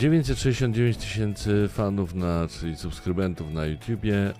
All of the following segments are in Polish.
969 tysięcy fanów, czyli subskrybentów na YouTubie,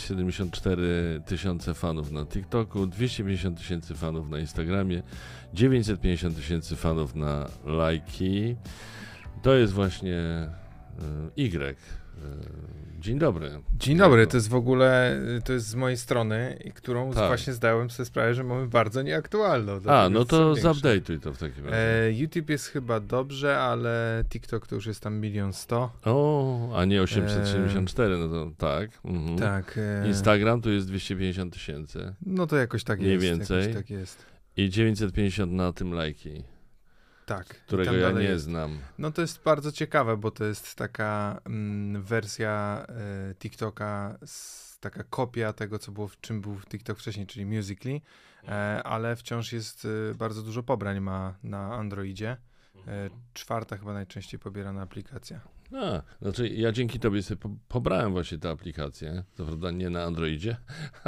874 tysiące fanów na TikToku, 250 tysięcy fanów na Instagramie, 950 tysięcy fanów na lajki. To jest właśnie Y. Dzień dobry. Dzień dobry, to jest w ogóle, to jest z mojej strony, którą właśnie zdałem sobie sprawę, że mamy bardzo nieaktualną. No to zupdate'uj to w takim razie. YouTube jest chyba dobrze, ale TikTok to już jest tam 1 100 000. A nie 874, no to tak. Mhm. Tak. Instagram to jest 250 tysięcy. No to jakoś tak jest. Mniej więcej. Jakoś tak jest. I 950 na tym lajki. Tak. Którego ja nie znam. No to jest bardzo ciekawe, bo to jest taka wersja TikToka, taka kopia tego, co było, czym był TikTok wcześniej, czyli Musical.ly, ale wciąż jest bardzo dużo pobrań ma na Androidzie. 4. chyba najczęściej pobierana aplikacja. Znaczy ja dzięki tobie sobie pobrałem właśnie tę aplikację, co prawda nie na Androidzie,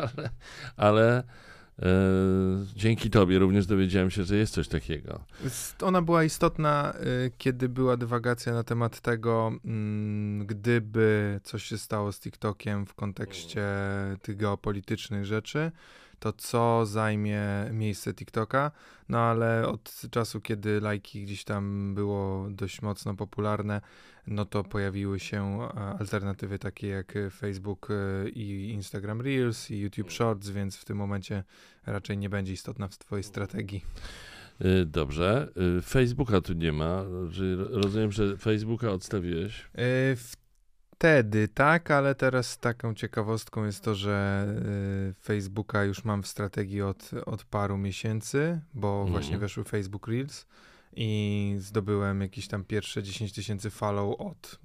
ale dzięki tobie również dowiedziałem się, że jest coś takiego. Ona była istotna, kiedy była dywagacja na temat tego, gdyby coś się stało z TikTokiem w kontekście tych geopolitycznych rzeczy, to co zajmie miejsce TikToka, no ale od czasu, kiedy lajki gdzieś tam było dość mocno popularne, no to pojawiły się alternatywy takie jak Facebook i Instagram Reels i YouTube Shorts, więc w tym momencie raczej nie będzie istotna w twojej strategii. Dobrze. Facebooka tu nie ma. Rozumiem, że Facebooka odstawiłeś. Wtedy tak, ale teraz taką ciekawostką jest to, że Facebooka już mam w strategii od paru miesięcy, bo właśnie weszły Facebook Reels i zdobyłem jakieś tam pierwsze 10 tysięcy follow od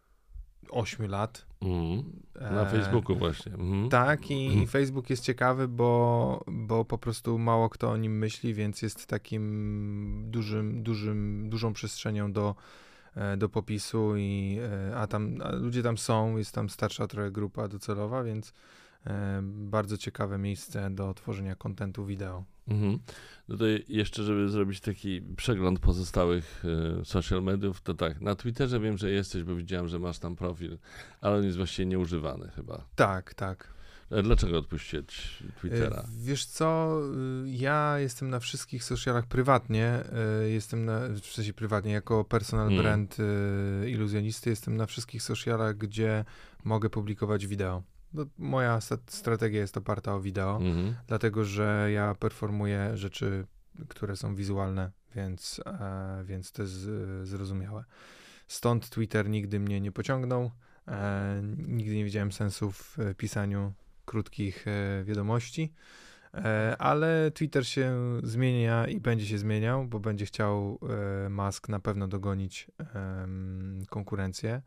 8 lat. Na Facebooku właśnie. Tak, i Facebook jest ciekawy, bo po prostu mało kto o nim myśli, więc jest takim dużą przestrzenią do popisu a ludzie tam są, jest tam starsza trochę grupa docelowa, więc bardzo ciekawe miejsce do tworzenia kontentu wideo. No to jeszcze, żeby zrobić taki przegląd pozostałych social mediów, to tak, na Twitterze wiem, że jesteś, bo widziałem, że masz tam profil, ale on jest właściwie nieużywany chyba. Tak. Dlaczego odpuścić Twittera? Wiesz co, ja jestem na wszystkich socialach prywatnie, w sensie prywatnie, jako personal brand iluzjonisty, jestem na wszystkich socialach, gdzie mogę publikować wideo. No, moja strategia jest oparta o wideo, dlatego że ja performuję rzeczy, które są wizualne, więc to jest zrozumiałe. Stąd Twitter nigdy mnie nie pociągnął, nigdy nie widziałem sensu w pisaniu krótkich wiadomości, ale Twitter się zmienia i będzie się zmieniał, bo będzie chciał Musk na pewno dogonić konkurencję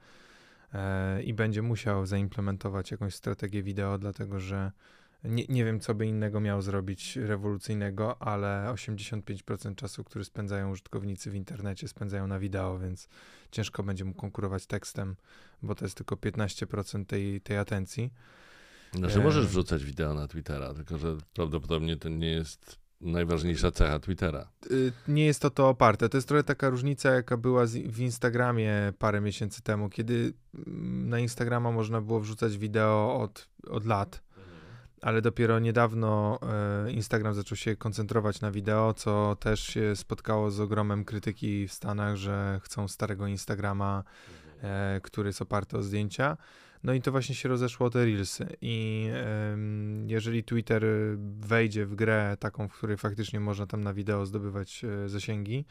i będzie musiał zaimplementować jakąś strategię wideo, dlatego że nie wiem, co by innego miał zrobić rewolucyjnego, ale 85% czasu, który spędzają użytkownicy w internecie, spędzają na wideo, więc ciężko będzie mu konkurować tekstem, bo to jest tylko 15% tej atencji. Znaczy możesz wrzucać wideo na Twittera, tylko że prawdopodobnie to nie jest najważniejsza cecha Twittera. Nie jest to oparte. To jest trochę taka różnica, jaka była w Instagramie parę miesięcy temu, kiedy na Instagrama można było wrzucać wideo od lat, ale dopiero niedawno Instagram zaczął się koncentrować na wideo, co też się spotkało z ogromem krytyki w Stanach, że chcą starego Instagrama, który jest oparty o zdjęcia. No i to właśnie się rozeszło o te Reelsy i jeżeli Twitter wejdzie w grę taką, w której faktycznie można tam na wideo zdobywać zasięgi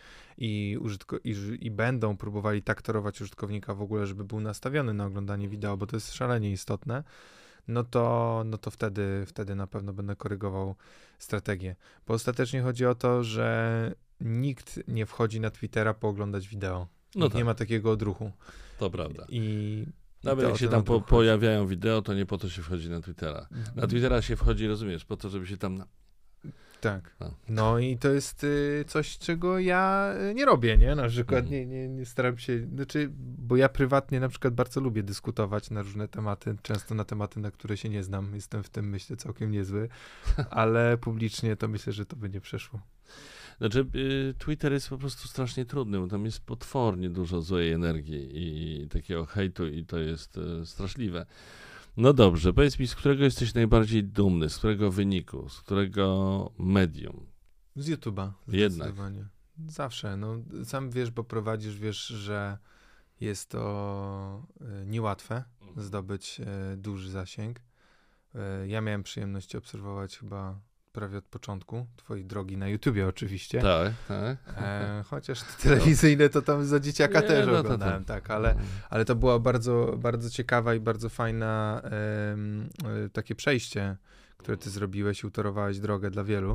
i będą próbowali tak torować użytkownika w ogóle, żeby był nastawiony na oglądanie wideo, bo to jest szalenie istotne, no to wtedy na pewno będę korygował strategię. Bo ostatecznie chodzi o to, że nikt nie wchodzi na Twittera pooglądać wideo. No tak. Nie ma takiego odruchu. To prawda. Nawet jak się tam pojawiają wideo, to nie po to się wchodzi na Twittera. Na Twittera się wchodzi, rozumiesz, po to, żeby się tam... Tak. No i to jest coś, czego ja nie robię, nie? Na przykład nie staram się, bo ja prywatnie na przykład bardzo lubię dyskutować na różne tematy, często na tematy, na które się nie znam. Jestem w tym, myślę, całkiem niezły, ale publicznie to myślę, że to by nie przeszło. Znaczy, Twitter jest po prostu strasznie trudny, bo tam jest potwornie dużo złej energii i takiego hejtu i to jest straszliwe. No dobrze, powiedz mi, z którego jesteś najbardziej dumny, z którego wyniku, z którego medium? Z YouTube'a. Jednak. Zawsze, no sam wiesz, bo prowadzisz, wiesz, że jest to niełatwe zdobyć duży zasięg. Ja miałem przyjemność obserwować chyba prawie od początku twojej drogi na YouTubie oczywiście. Tak. Chociaż te telewizyjne to tam za dzieciaka też no oglądałem, tak, ale to była bardzo, bardzo ciekawa i bardzo fajna takie przejście, które ty zrobiłeś i utorowałeś drogę dla wielu.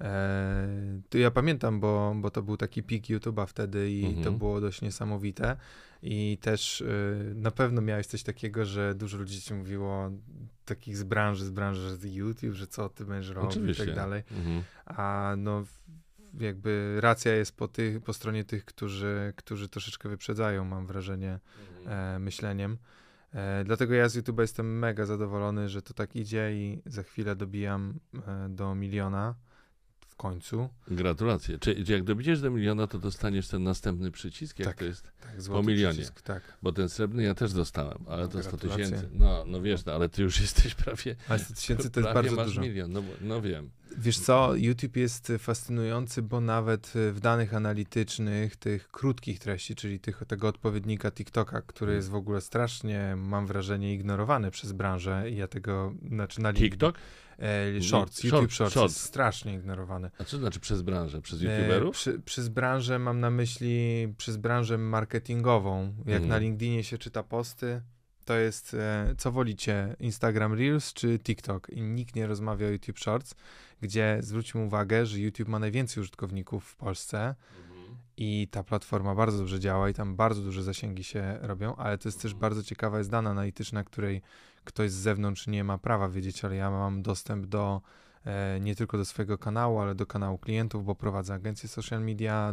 To ja pamiętam, bo to był taki pik YouTube'a wtedy i to było dość niesamowite i też na pewno miałeś coś takiego, że dużo ludzi ci mówiło takich z branży, że YouTube, że co ty będziesz robił i tak dalej, a no jakby racja jest po stronie tych, którzy troszeczkę wyprzedzają, mam wrażenie, myśleniem. Dlatego ja z YouTube'a jestem mega zadowolony, że to tak idzie i za chwilę dobijam do 1 miliona. W końcu. Gratulacje. Czy jak dobijesz do 1 miliona, to dostaniesz ten następny przycisk? Jak tak, to jest? Tak, po milionie. Przycisk, tak. Bo ten srebrny ja też dostałem, ale to 100 Gratulacje. tysięcy. No wiesz, ale ty już jesteś prawie... Ale 100 tysięcy to jest bardzo masz dużo. 1 milion, no wiem. Wiesz co, YouTube jest fascynujący, bo nawet w danych analitycznych tych krótkich treści, czyli tego odpowiednika TikToka, który jest w ogóle strasznie, mam wrażenie, ignorowany przez branżę i ja tego, TikTok? Shorts, YouTube Shorts jest strasznie ignorowany. A co znaczy przez branżę? Przez YouTuberów? Przez branżę mam na myśli, przez branżę marketingową. Jak na LinkedInie się czyta posty, to jest, co wolicie, Instagram Reels czy TikTok? I nikt nie rozmawia o YouTube Shorts, gdzie zwróćmy uwagę, że YouTube ma najwięcej użytkowników w Polsce i ta platforma bardzo dobrze działa i tam bardzo duże zasięgi się robią, ale to jest też bardzo ciekawa jest dana analityczna, której ktoś z zewnątrz nie ma prawa wiedzieć, ale ja mam dostęp do nie tylko do swojego kanału, ale do kanału klientów, bo prowadzę agencję social media,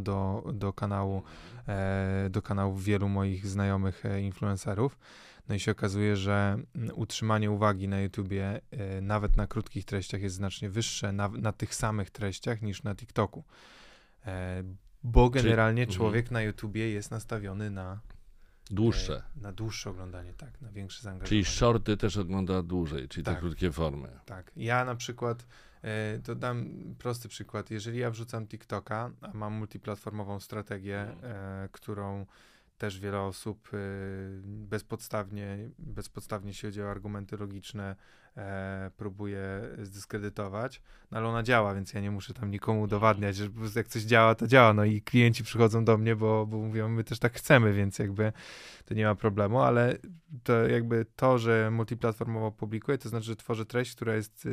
do kanałów wielu moich znajomych influencerów. No i się okazuje, że utrzymanie uwagi na YouTubie, nawet na krótkich treściach, jest znacznie wyższe na tych samych treściach niż na TikToku. Bo generalnie człowiek na YouTubie jest nastawiony na dłuższe. Na dłuższe oglądanie, tak, na większe zaangażowanie. Czyli shorty też ogląda dłużej, czyli te krótkie formy. Tak. Ja na przykład, to dam prosty przykład, jeżeli ja wrzucam TikToka, a mam multiplatformową strategię, którą też wiele osób bezpodstawnie, jeśli chodzi o argumenty logiczne, próbuje zdyskredytować, no ale ona działa, więc ja nie muszę tam nikomu udowadniać, że po prostu jak coś działa, to działa, no i klienci przychodzą do mnie, bo mówią, my też tak chcemy, więc jakby to nie ma problemu, ale to jakby to, że multiplatformowo publikuję, to znaczy, że tworzę treść, która jest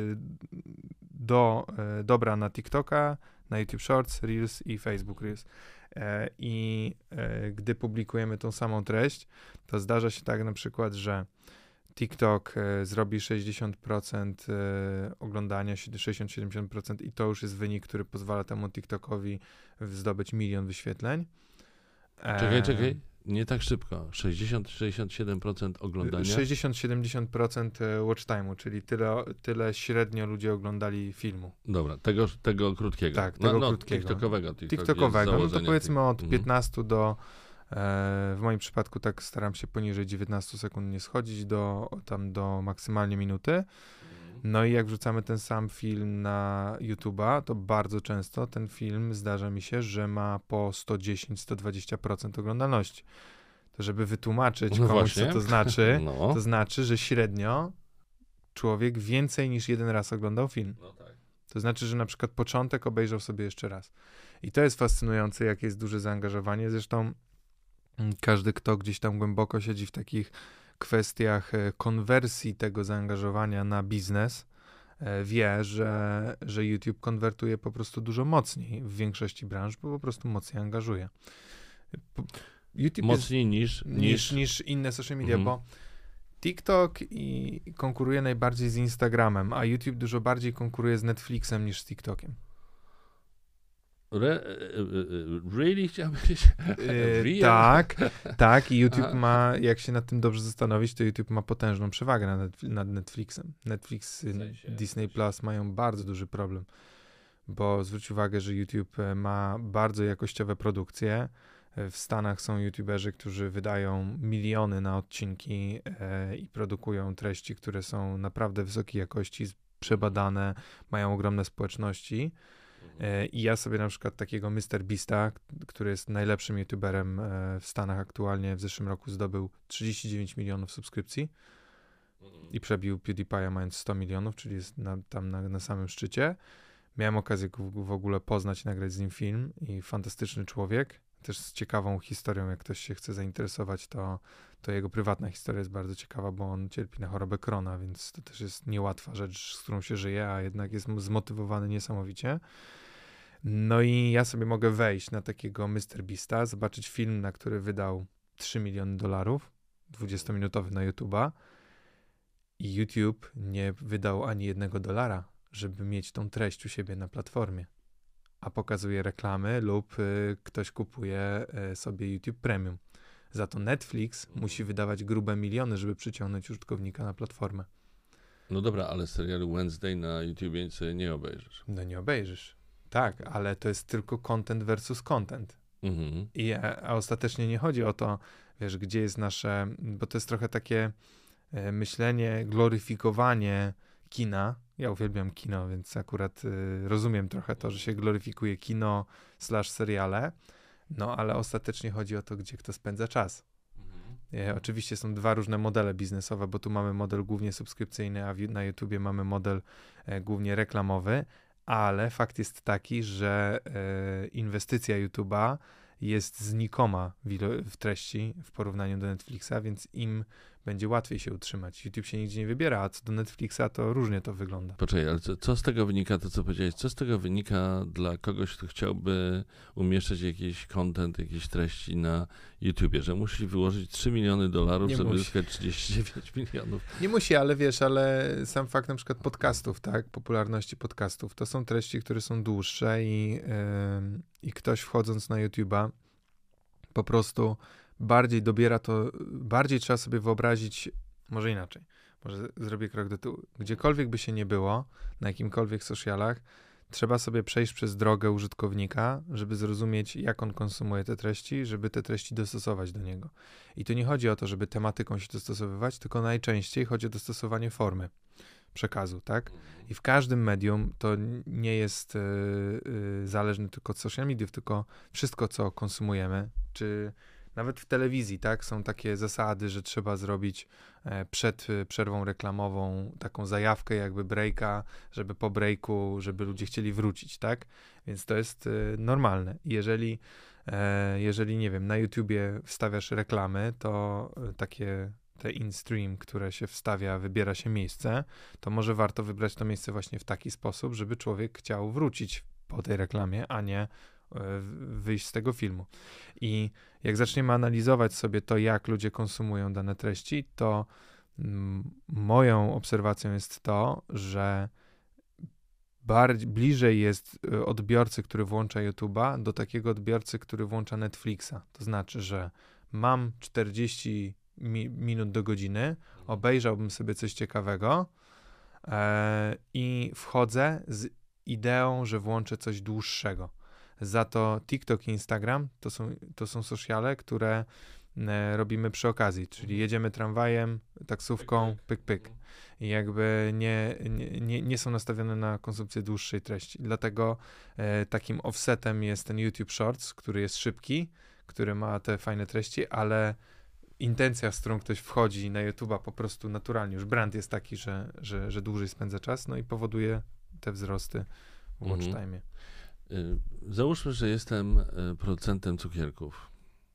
dobra na TikToka, na YouTube Shorts, Reels i Facebook Reels. Gdy publikujemy tą samą treść, to zdarza się tak na przykład, że TikTok zrobi 60% oglądania, 60-70% i to już jest wynik, który pozwala temu TikTokowi zdobyć 1 milion wyświetleń. Czekaj. Nie tak szybko. 60-67% oglądania? 60-70% watch time'u, czyli tyle średnio ludzie oglądali filmu. Dobra, tego krótkiego. Tak, tego krótkiego. TikTokowego. No to powiedzmy od 15 do, w moim przypadku tak staram się poniżej 19 sekund nie schodzić, do maksymalnie minuty. No i jak wrzucamy ten sam film na YouTube'a, to bardzo często ten film zdarza mi się, że ma po 110-120% oglądalności. To żeby wytłumaczyć komuś, co to znaczy, to znaczy, że średnio człowiek więcej niż jeden raz oglądał film. No tak. To znaczy, że na przykład początek obejrzał sobie jeszcze raz. I to jest fascynujące, jakie jest duże zaangażowanie. Zresztą każdy, kto gdzieś tam głęboko siedzi w takich kwestiach konwersji tego zaangażowania na biznes, wie, że YouTube konwertuje po prostu dużo mocniej w większości branż, bo po prostu mocniej angażuje. YouTube mocniej niż inne social media, bo TikTok konkuruje najbardziej z Instagramem, a YouTube dużo bardziej konkuruje z Netflixem niż z TikTokiem. Really chciałbyś? Tak, i YouTube ma, jak się nad tym dobrze zastanowić, to YouTube ma potężną przewagę nad Netflixem. Netflix, Disney Plus mają bardzo duży problem, bo zwróć uwagę, że YouTube ma bardzo jakościowe produkcje. W Stanach są youtuberzy, którzy wydają miliony na odcinki i produkują treści, które są naprawdę wysokiej jakości, przebadane, mają ogromne społeczności. I ja sobie na przykład takiego MrBeasta, który jest najlepszym youtuberem w Stanach aktualnie, w zeszłym roku zdobył 39 milionów subskrypcji i przebił PewDiePie'a mając 100 milionów, czyli jest tam na samym szczycie. Miałem okazję w ogóle poznać, nagrać z nim film i fantastyczny człowiek, też z ciekawą historią, jak ktoś się chce zainteresować, to jego prywatna historia jest bardzo ciekawa, bo on cierpi na chorobę Crohna, więc to też jest niełatwa rzecz, z którą się żyje, a jednak jest zmotywowany niesamowicie. No i ja sobie mogę wejść na takiego MrBeasta, zobaczyć film, na który wydał $3 miliony, 20-minutowy na YouTube'a i YouTube nie wydał ani $1, żeby mieć tą treść u siebie na platformie, a pokazuje reklamy lub ktoś kupuje sobie YouTube Premium. Za to Netflix musi wydawać grube miliony, żeby przyciągnąć użytkownika na platformę. No dobra, ale serialu Wednesday na YouTubie sobie nie obejrzysz. No nie obejrzysz. Tak, ale to jest tylko content versus content. A ostatecznie nie chodzi o to, wiesz, gdzie jest nasze, bo to jest trochę takie myślenie, gloryfikowanie kina. Ja uwielbiam kino, więc akurat rozumiem trochę to, że się gloryfikuje kino / seriale, no ale ostatecznie chodzi o to, gdzie kto spędza czas. Oczywiście są dwa różne modele biznesowe, bo tu mamy model głównie subskrypcyjny, a na YouTubie mamy model głównie reklamowy, ale fakt jest taki, że inwestycja YouTube'a jest znikoma w treści w porównaniu do Netflixa, więc im będzie łatwiej się utrzymać. YouTube się nigdzie nie wybiera, a co do Netflixa, to różnie to wygląda. Poczekaj, ale co z tego wynika, to co powiedziałeś, co z tego wynika dla kogoś, kto chciałby umieszczać jakiś content, jakieś treści na YouTubie, że musi wyłożyć $3 miliony, żeby uzyskać 39 milionów? Nie musi, ale wiesz, ale sam fakt na przykład podcastów, tak, popularności podcastów, to są treści, które są dłuższe i ktoś wchodząc na YouTube'a po prostu bardziej dobiera to, bardziej trzeba sobie wyobrazić, może inaczej, może zrobię krok do tyłu. Gdziekolwiek by się nie było, na jakimkolwiek socialach, trzeba sobie przejść przez drogę użytkownika, żeby zrozumieć, jak on konsumuje te treści, żeby te treści dostosować do niego. I tu nie chodzi o to, żeby tematyką się dostosowywać, tylko najczęściej chodzi o dostosowanie formy przekazu, tak? I w każdym medium to nie jest zależne tylko od social mediów, tylko wszystko, co konsumujemy, czy nawet w telewizji, tak, są takie zasady, że trzeba zrobić przed przerwą reklamową taką zajawkę jakby breaka, żeby po breaku, żeby ludzie chcieli wrócić, tak? Więc to jest normalne. Jeżeli, nie wiem, na YouTubie wstawiasz reklamy, to te in-stream, które się wstawia, wybiera się miejsce, to może warto wybrać to miejsce właśnie w taki sposób, żeby człowiek chciał wrócić po tej reklamie, a nie wyjść z tego filmu. I jak zaczniemy analizować sobie to, jak ludzie konsumują dane treści, to moją obserwacją jest to, że bliżej jest odbiorcy, który włącza YouTube'a, do takiego odbiorcy, który włącza Netflixa. To znaczy, że mam 40 minut do godziny, obejrzałbym sobie coś ciekawego i wchodzę z ideą, że włączę coś dłuższego. Za to TikTok i Instagram to są sociale, które robimy przy okazji, czyli jedziemy tramwajem, taksówką, pyk, pyk. I jakby nie są nastawione na konsumpcję dłuższej treści. Dlatego takim offsetem jest ten YouTube Shorts, który jest szybki, który ma te fajne treści, ale intencja, z którą ktoś wchodzi na YouTube'a po prostu naturalnie, już brand jest taki, że dłużej spędza czas, no i powoduje te wzrosty w watch time'ie. Załóżmy, że jestem producentem cukierków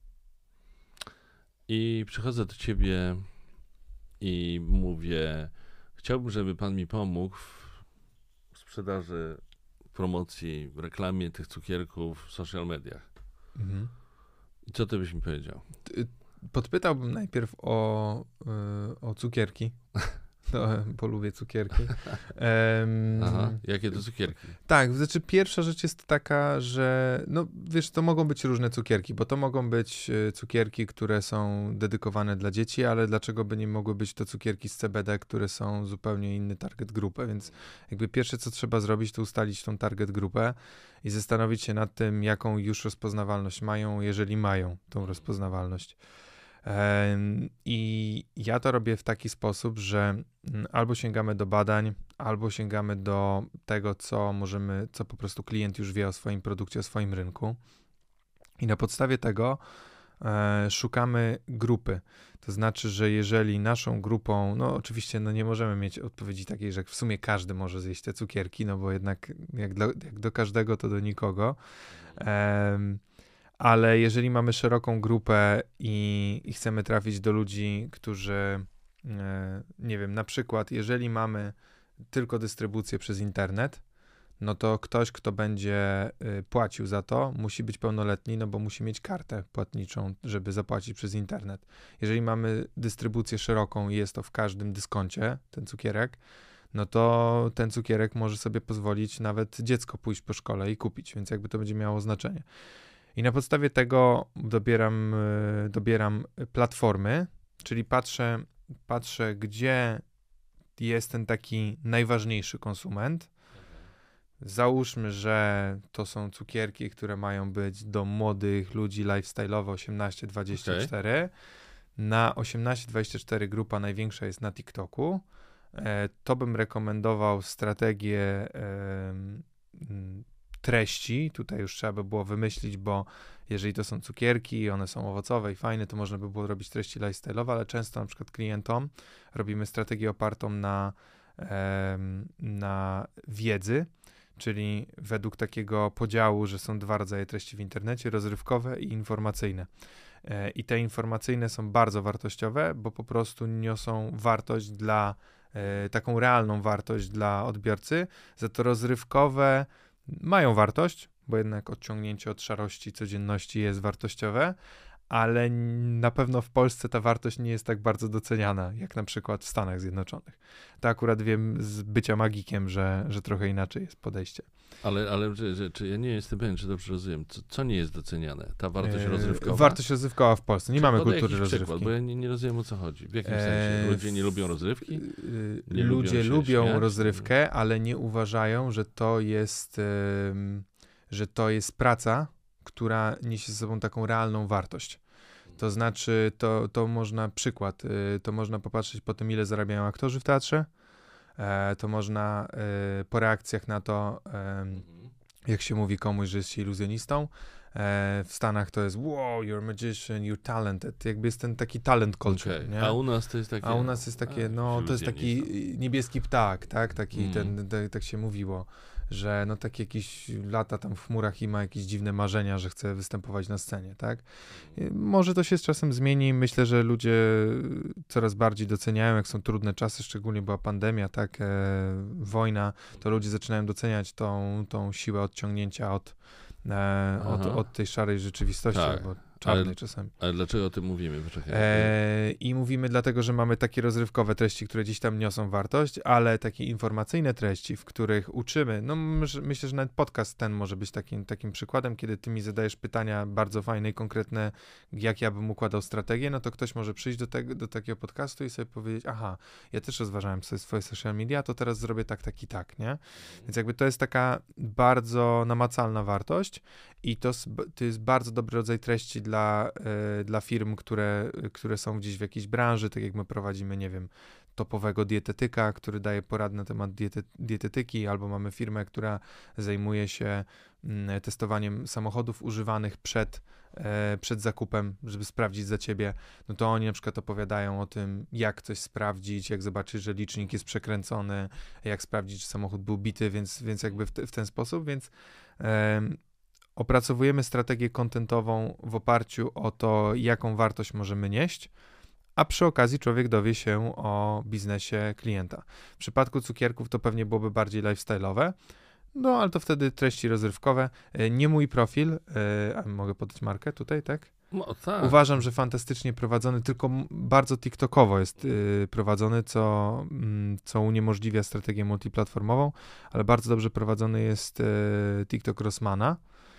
i przychodzę do ciebie i mówię, chciałbym, żeby pan mi pomógł w sprzedaży, promocji, w reklamie tych cukierków w social mediach. I co ty byś mi powiedział? Podpytałbym najpierw o cukierki. no, bo lubię cukierki. Aha, jakie to cukierki? Tak, znaczy pierwsza rzecz jest taka, że no wiesz, to mogą być różne cukierki, bo to mogą być cukierki, które są dedykowane dla dzieci, ale dlaczego by nie mogły być to cukierki z CBD, które są zupełnie inny target grupę, więc jakby pierwsze, co trzeba zrobić, to ustalić tą target grupę i zastanowić się nad tym, jaką już rozpoznawalność mają, jeżeli mają tą rozpoznawalność. I ja to robię w taki sposób, że albo sięgamy do badań, albo sięgamy do tego, co po prostu klient już wie o swoim produkcie, o swoim rynku. I na podstawie tego szukamy grupy. To znaczy, że jeżeli naszą grupą, no oczywiście no nie możemy mieć odpowiedzi takiej, że w sumie każdy może zjeść te cukierki, no bo jednak jak do każdego, to do nikogo. Ale jeżeli mamy szeroką grupę i chcemy trafić do ludzi, którzy, nie wiem, na przykład, jeżeli mamy tylko dystrybucję przez internet, no to ktoś, kto będzie płacił za to, musi być pełnoletni, no bo musi mieć kartę płatniczą, żeby zapłacić przez internet. Jeżeli mamy dystrybucję szeroką i jest to w każdym dyskoncie, ten cukierek, no to ten cukierek może sobie pozwolić nawet dziecko pójść po szkole i kupić, więc jakby to będzie miało znaczenie. I na podstawie tego dobieram platformy, czyli patrzę, gdzie jest ten taki najważniejszy konsument. Załóżmy, że to są cukierki, które mają być do młodych ludzi lifestyle'owo 18-24. Okay. Na 18-24 grupa największa jest na TikToku. To bym rekomendował strategię treści. Tutaj już trzeba by było wymyślić, bo jeżeli to są cukierki i one są owocowe i fajne, to można by było robić treści lifestyle'owe, ale często na przykład klientom robimy strategię opartą na wiedzy, czyli według takiego podziału, że są dwa rodzaje treści w internecie, rozrywkowe i informacyjne. I te informacyjne są bardzo wartościowe, bo po prostu niosą wartość taką realną wartość dla odbiorcy, za to rozrywkowe mają wartość, bo jednak odciągnięcie od szarości codzienności jest wartościowe, ale na pewno w Polsce ta wartość nie jest tak bardzo doceniana, jak na przykład w Stanach Zjednoczonych. To akurat wiem z bycia magikiem, że trochę inaczej jest podejście. Ale czy ja nie jestem pewien, czy dobrze rozumiem, co nie jest doceniane? Ta wartość rozrywkowa? Wartość rozrywkowa w Polsce. Nie mamy kultury rozrywki. Przykład, bo ja nie rozumiem, o co chodzi. W jakim sensie? Ludzie nie lubią rozrywki? Ludzie lubią rozrywkę, ale nie uważają, że to jest praca, która niesie ze sobą taką realną wartość. To znaczy, to można popatrzeć po tym, ile zarabiają aktorzy w teatrze, to można po reakcjach na to, jak się mówi komuś, że jest się iluzjonistą. W Stanach to jest wow, you're a magician, you're talented. Jakby jest ten taki talent culture, okay. nie? A u nas to jest takie... to jest taki niebieski ptak, tak? Taki tak się mówiło, że no tak jakieś lata tam w chmurach i ma jakieś dziwne marzenia, że chce występować na scenie, tak? Może to się z czasem zmieni. Myślę, że ludzie coraz bardziej doceniają, jak są trudne czasy, szczególnie była pandemia, tak? Wojna, to ludzie zaczynają doceniać tą siłę odciągnięcia od tej szarej rzeczywistości, tak, albo czarnej czasami. Ale dlaczego o tym mówimy? I mówimy dlatego, że mamy takie rozrywkowe treści, które gdzieś tam niosą wartość, ale takie informacyjne treści, w których uczymy, no myślę, że nawet podcast ten może być takim przykładem, kiedy ty mi zadajesz pytania bardzo fajne i konkretne, jak ja bym układał strategię, no to ktoś może przyjść do takiego podcastu i sobie powiedzieć, aha, ja też rozważałem sobie swoje social media, to teraz zrobię tak i tak, nie? Więc jakby to jest taka bardzo namacalna wartość i to jest bardzo dobry rodzaj treści dla firm, które są gdzieś w jakiejś branży, tak jak my prowadzimy, nie wiem, topowego dietetyka, który daje porady na temat dietetyki, albo mamy firmę, która zajmuje się testowaniem samochodów używanych przed zakupem, żeby sprawdzić za ciebie, no to oni na przykład opowiadają o tym, jak coś sprawdzić, jak zobaczyć, że licznik jest przekręcony, jak sprawdzić, czy samochód był bity, więc jakby w ten sposób, więc opracowujemy strategię contentową w oparciu o to, jaką wartość możemy nieść, a przy okazji człowiek dowie się o biznesie klienta. W przypadku cukierków to pewnie byłoby bardziej lifestyle'owe, no ale to wtedy treści rozrywkowe. Nie mój profil, a mogę podać markę tutaj, tak? No, tak. Uważam, że fantastycznie prowadzony, tylko bardzo TikTokowo jest prowadzony, co uniemożliwia strategię multiplatformową, ale bardzo dobrze prowadzony jest TikTok Rossmana,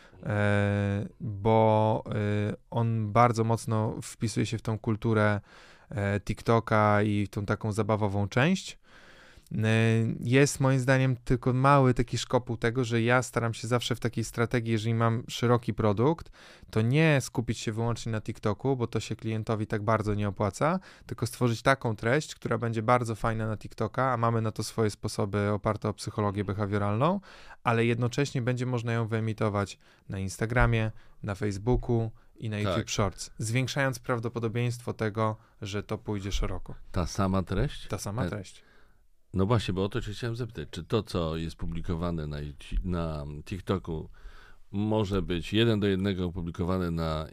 bo on bardzo mocno wpisuje się w tą kulturę TikToka i w tą taką zabawową część. Jest moim zdaniem tylko mały taki szkopuł tego, że ja staram się zawsze w takiej strategii, jeżeli mam szeroki produkt, to nie skupić się wyłącznie na TikToku, bo to się klientowi tak bardzo nie opłaca, tylko stworzyć taką treść, która będzie bardzo fajna na TikToka, a mamy na to swoje sposoby oparte o psychologię behawioralną, ale jednocześnie będzie można ją wyemitować na Instagramie, na Facebooku i na YouTube Shorts, zwiększając prawdopodobieństwo tego, że to pójdzie szeroko. Ta sama treść? Ta sama treść. No właśnie, bo o to cię chciałem zapytać, czy to, co jest publikowane na TikToku, może być 1:1 opublikowane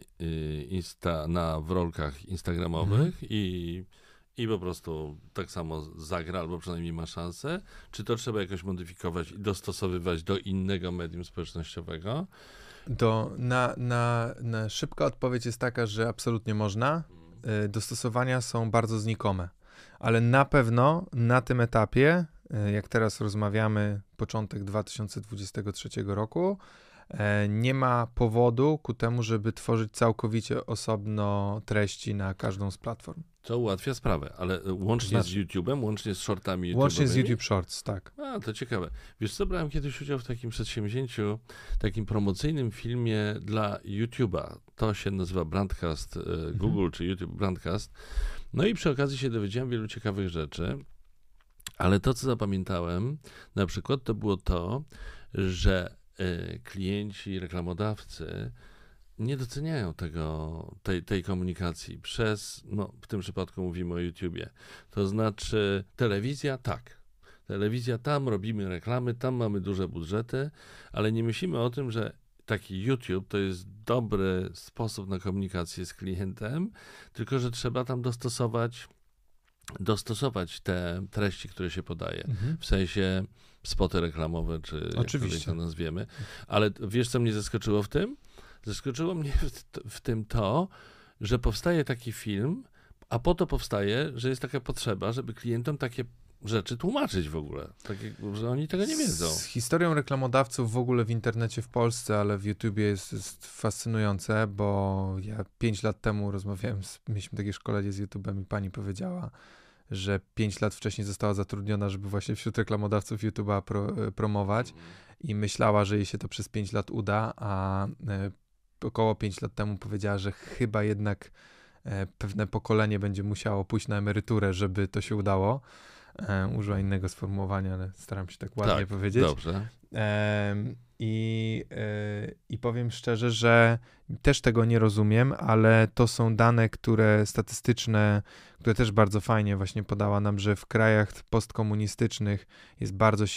w rolkach instagramowych i po prostu tak samo zagra, albo przynajmniej ma szansę, czy to trzeba jakoś modyfikować i dostosowywać do innego medium społecznościowego? Na szybka odpowiedź jest taka, że absolutnie można. Dostosowania są bardzo znikome. Ale na pewno na tym etapie, jak teraz rozmawiamy, początek 2023 roku, nie ma powodu ku temu, żeby tworzyć całkowicie osobno treści na każdą z platform. To ułatwia sprawę, ale łącznie z YouTube'em, łącznie z shortami YouTube'owymi? Łącznie z YouTube Shorts, tak. A, to ciekawe. Wiesz co, brałem kiedyś udział w takim przedsięwzięciu, takim promocyjnym filmie dla YouTube'a. To się nazywa Brandcast Google, czy YouTube Brandcast. No i przy okazji się dowiedziałem wielu ciekawych rzeczy, ale to, co zapamiętałem, na przykład to było to, że klienci, reklamodawcy nie doceniają tej komunikacji w tym przypadku mówimy o YouTubie. To znaczy telewizja, tak. Telewizja, tam robimy reklamy, tam mamy duże budżety, ale nie myślimy o tym, że taki YouTube to jest dobry sposób na komunikację z klientem, tylko że trzeba tam dostosować te treści, które się podaje. W sensie spoty reklamowe, czy jakkolwiek to nazwiemy. Ale wiesz, co mnie zaskoczyło w tym? Zaskoczyło mnie w tym to, że powstaje taki film, a po to powstaje, że jest taka potrzeba, żeby klientom takie rzeczy tłumaczyć w ogóle, że oni tego nie wiedzą. Z historią reklamodawców w ogóle w internecie w Polsce, ale w YouTubie jest fascynujące, bo ja 5 lat temu mieliśmy takie szkolenie z YouTubem i pani powiedziała, że 5 lat wcześniej została zatrudniona, żeby właśnie wśród reklamodawców YouTube'a promować i myślała, że jej się to przez 5 lat uda, a około 5 lat temu powiedziała, że chyba jednak pewne pokolenie będzie musiało pójść na emeryturę, żeby to się udało. Użyła innego sformułowania, ale staram się tak ładnie powiedzieć. Dobrze. I powiem szczerze, że też tego nie rozumiem, ale to są dane, statystyczne, które też bardzo fajnie właśnie podała nam, że w krajach postkomunistycznych jest bardzo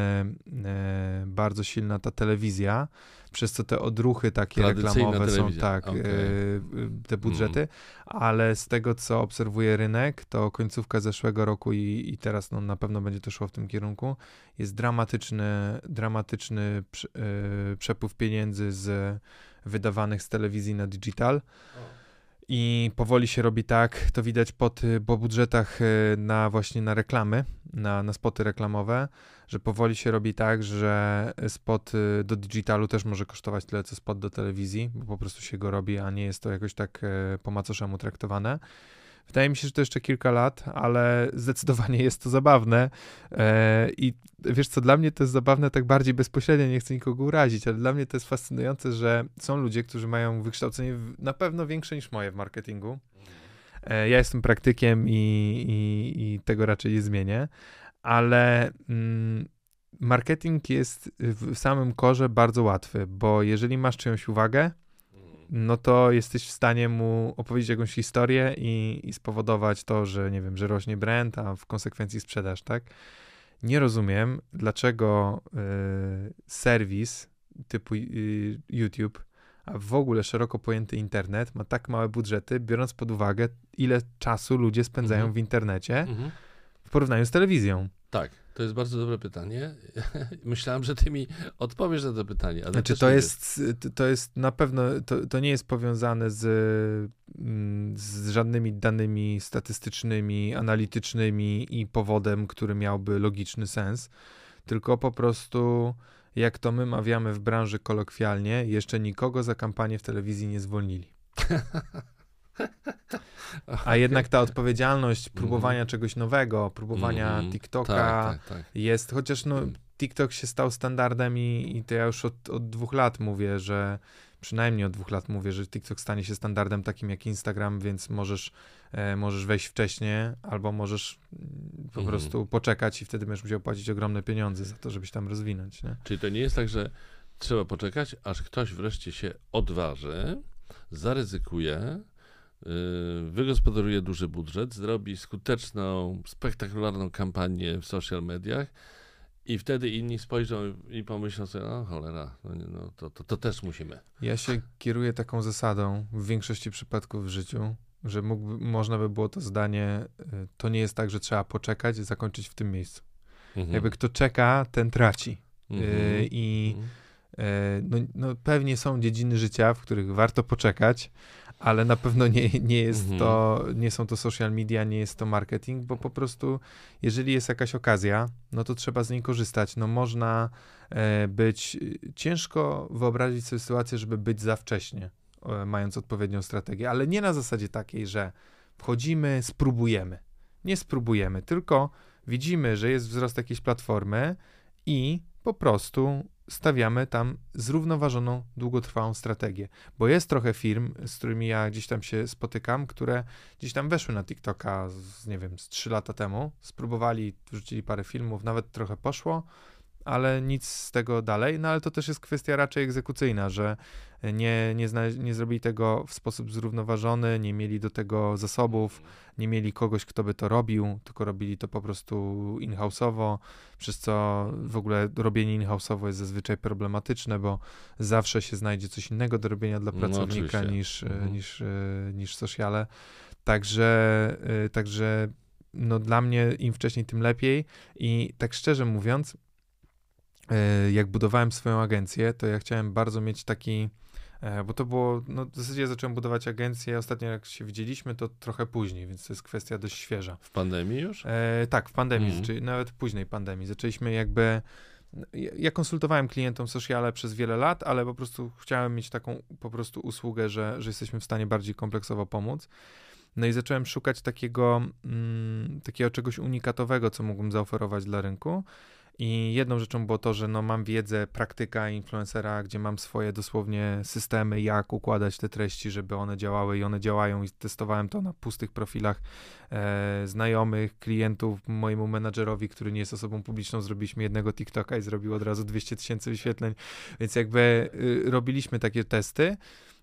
silna ta telewizja, przez co te odruchy takie reklamowe są te budżety, ale z tego, co obserwuje rynek, to końcówka zeszłego roku i teraz na pewno będzie to szło w tym kierunku, jest dramatyczny przepływ pieniędzy wydawanych z telewizji na digital. I powoli się robi tak, to widać po budżetach właśnie na reklamy, na spoty reklamowe, że powoli się robi tak, że spot do digitalu też może kosztować tyle, co spot do telewizji, bo po prostu się go robi, a nie jest to jakoś tak po macoszemu traktowane. Wydaje mi się, że to jeszcze kilka lat, ale zdecydowanie jest to zabawne i wiesz co, dla mnie to jest zabawne tak bardziej bezpośrednio, nie chcę nikogo urazić, ale dla mnie to jest fascynujące, że są ludzie, którzy mają wykształcenie na pewno większe niż moje w marketingu. Ja jestem praktykiem i tego raczej nie zmienię, ale marketing jest w samym korze bardzo łatwy, bo jeżeli masz czyjąś uwagę, no to jesteś w stanie mu opowiedzieć jakąś historię i spowodować to, że nie wiem, że rośnie brand, a w konsekwencji sprzedaż, tak? Nie rozumiem, dlaczego serwis typu YouTube, a w ogóle szeroko pojęty internet ma tak małe budżety, biorąc pod uwagę, ile czasu ludzie spędzają w internecie w porównaniu z telewizją. Tak, to jest bardzo dobre pytanie. Myślałem, że ty mi odpowiesz na to pytanie. Ale Znaczy, to jest na pewno, to nie jest powiązane z żadnymi danymi statystycznymi, analitycznymi i powodem, który miałby logiczny sens, tylko po prostu, jak to my mawiamy w branży kolokwialnie, jeszcze nikogo za kampanię w telewizji nie zwolnili. A jednak ta odpowiedzialność próbowania czegoś nowego, próbowania TikToka jest, chociaż TikTok się stał standardem i to ja już od 2 lat mówię, że przynajmniej od 2 lat mówię, że TikTok stanie się standardem takim jak Instagram, więc możesz wejść wcześniej, albo możesz po prostu poczekać i wtedy będziesz musiał płacić ogromne pieniądze za to, żeby się tam rozwinąć. Nie? Czyli to nie jest tak, że trzeba poczekać, aż ktoś wreszcie się odważy, zaryzykuje, wygospodaruje duży budżet, zrobi skuteczną, spektakularną kampanię w social mediach i wtedy inni spojrzą i pomyślą sobie, no cholera, to też musimy. Ja się kieruję taką zasadą w większości przypadków w życiu, że można by było to zdanie, to nie jest tak, że trzeba poczekać, zakończyć w tym miejscu. Jakby kto czeka, ten traci. Pewnie są dziedziny życia, w których warto poczekać, ale na pewno nie są to social media, nie jest to marketing, bo po prostu jeżeli jest jakaś okazja, no to trzeba z niej korzystać. No można ciężko wyobrazić sobie sytuację, żeby być za wcześnie, mając odpowiednią strategię, ale nie na zasadzie takiej, że wchodzimy, spróbujemy. Nie spróbujemy, tylko widzimy, że jest wzrost jakiejś platformy i po prostu stawiamy tam zrównoważoną, długotrwałą strategię. Bo jest trochę firm, z którymi ja gdzieś tam się spotykam, które gdzieś tam weszły na TikToka, z 3 lata temu, spróbowali, wrzucili parę filmów, nawet trochę poszło, ale nic z tego dalej, no ale to też jest kwestia raczej egzekucyjna, że nie zrobili tego w sposób zrównoważony, nie mieli do tego zasobów, nie mieli kogoś, kto by to robił, tylko robili to po prostu in-house'owo, przez co w ogóle robienie in-house'owo jest zazwyczaj problematyczne, bo zawsze się znajdzie coś innego do robienia dla pracownika niż sociale. Także no dla mnie im wcześniej, tym lepiej i tak szczerze mówiąc, jak budowałem swoją agencję, to ja chciałem bardzo mieć taki, bo to było, no w zasadzie zacząłem budować agencję, ostatnio jak się widzieliśmy, to trochę później, więc to jest kwestia dość świeża. W pandemii już? Tak, w pandemii, czyli nawet późnej pandemii. Zaczęliśmy ja konsultowałem klientom sociale przez wiele lat, ale po prostu chciałem mieć taką po prostu usługę, że jesteśmy w stanie bardziej kompleksowo pomóc. No i zacząłem szukać takiego czegoś unikatowego, co mógłbym zaoferować dla rynku. I jedną rzeczą było to, że mam wiedzę praktyka influencera, gdzie mam swoje dosłownie systemy, jak układać te treści, żeby one działały i one działają i testowałem to na pustych profilach znajomych, klientów, mojemu menadżerowi, który nie jest osobą publiczną, zrobiliśmy jednego TikToka i zrobił od razu 200 000 wyświetleń, więc jakby robiliśmy takie testy.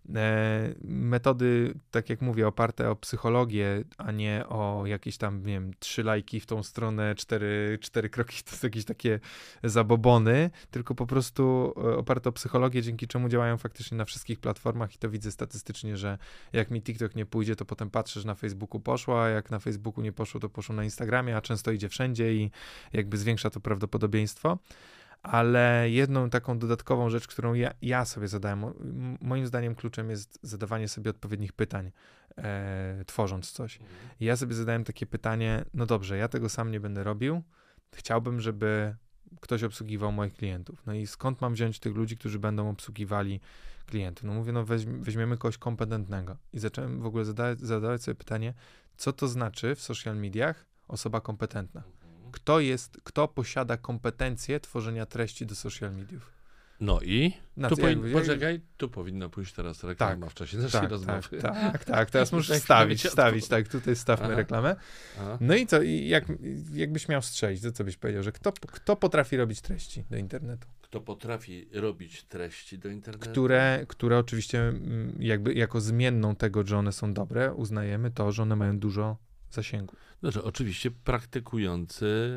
Metody, tak jak mówię, oparte o psychologię, a nie o jakieś tam, nie wiem, 3 lajki w tą stronę, 4 kroki, to są jakieś takie zabobony, tylko po prostu oparte o psychologię, dzięki czemu działają faktycznie na wszystkich platformach i to widzę statystycznie, że jak mi TikTok nie pójdzie, to potem patrzę, że na Facebooku poszło, a jak na Facebooku nie poszło, to poszło na Instagramie, a często idzie wszędzie i jakby zwiększa to prawdopodobieństwo. Ale jedną taką dodatkową rzecz, którą ja sobie zadałem, moim zdaniem kluczem jest zadawanie sobie odpowiednich pytań, tworząc coś. I ja sobie zadałem takie pytanie, no dobrze, ja tego sam nie będę robił, chciałbym, żeby ktoś obsługiwał moich klientów. No i skąd mam wziąć tych ludzi, którzy będą obsługiwali klientów? No mówię, weźmiemy kogoś kompetentnego. I zacząłem w ogóle zadawać sobie pytanie, co to znaczy w social mediach osoba kompetentna? Kto posiada kompetencje tworzenia treści do social mediów? No i? Poczekaj, tu powinna pójść teraz reklama w czasie naszej rozmowy. Tak, teraz muszę wstawić, tak, tutaj stawmy reklamę. No i co, jakbyś miał strzelić, to co byś powiedział, że kto potrafi robić treści do internetu? Kto potrafi robić treści do internetu? Które oczywiście jakby jako zmienną tego, że one są dobre, uznajemy to, że one mają dużo zasięgu. Znaczy, oczywiście praktykujący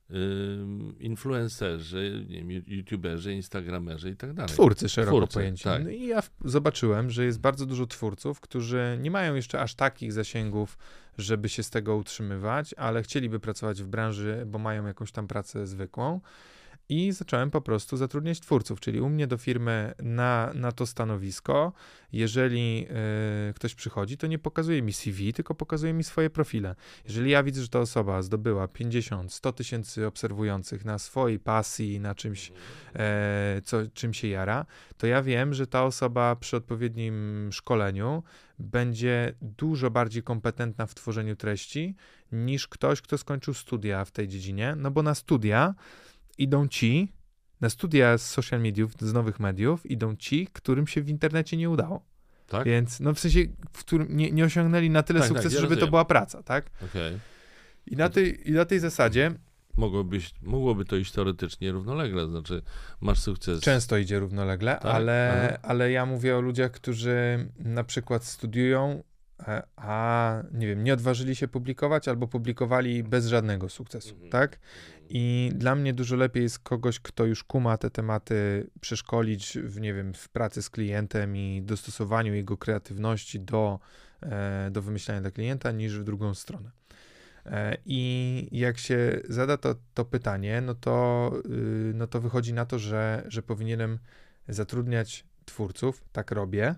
influencerzy, nie wiem, youtuberzy, instagramerzy i tak dalej. Twórcy szeroko pojęci. Tak. No i ja zobaczyłem, że jest bardzo dużo twórców, którzy nie mają jeszcze aż takich zasięgów, żeby się z tego utrzymywać, ale chcieliby pracować w branży, bo mają jakąś tam pracę zwykłą. I zacząłem po prostu zatrudniać twórców, czyli u mnie do firmy na to stanowisko, jeżeli ktoś przychodzi, to nie pokazuje mi CV, tylko pokazuje mi swoje profile. Jeżeli ja widzę, że ta osoba zdobyła 50, 100 tysięcy obserwujących na swojej pasji, na czymś, czym się jara, to ja wiem, że ta osoba przy odpowiednim szkoleniu będzie dużo bardziej kompetentna w tworzeniu treści niż ktoś, kto skończył studia w tej dziedzinie, no bo na studia studia z social mediów, z nowych mediów, idą ci, którym się w internecie nie udało. Tak? Więc, no w sensie, w którym nie osiągnęli na tyle sukcesu, żeby to była praca, tak? Okay. I na tej zasadzie Mogłoby to iść teoretycznie równolegle, znaczy masz sukces. często idzie równolegle, tak? ale ja mówię o ludziach, którzy na przykład studiują, a nie wiem, nie odważyli się publikować albo publikowali bez żadnego sukcesu, tak? I dla mnie dużo lepiej jest kogoś, kto już kuma te tematy, przeszkolić nie wiem, w pracy z klientem i dostosowaniu jego kreatywności do wymyślania dla klienta, niż w drugą stronę. I jak się zada to pytanie, no to wychodzi na to, że powinienem zatrudniać twórców, tak robię,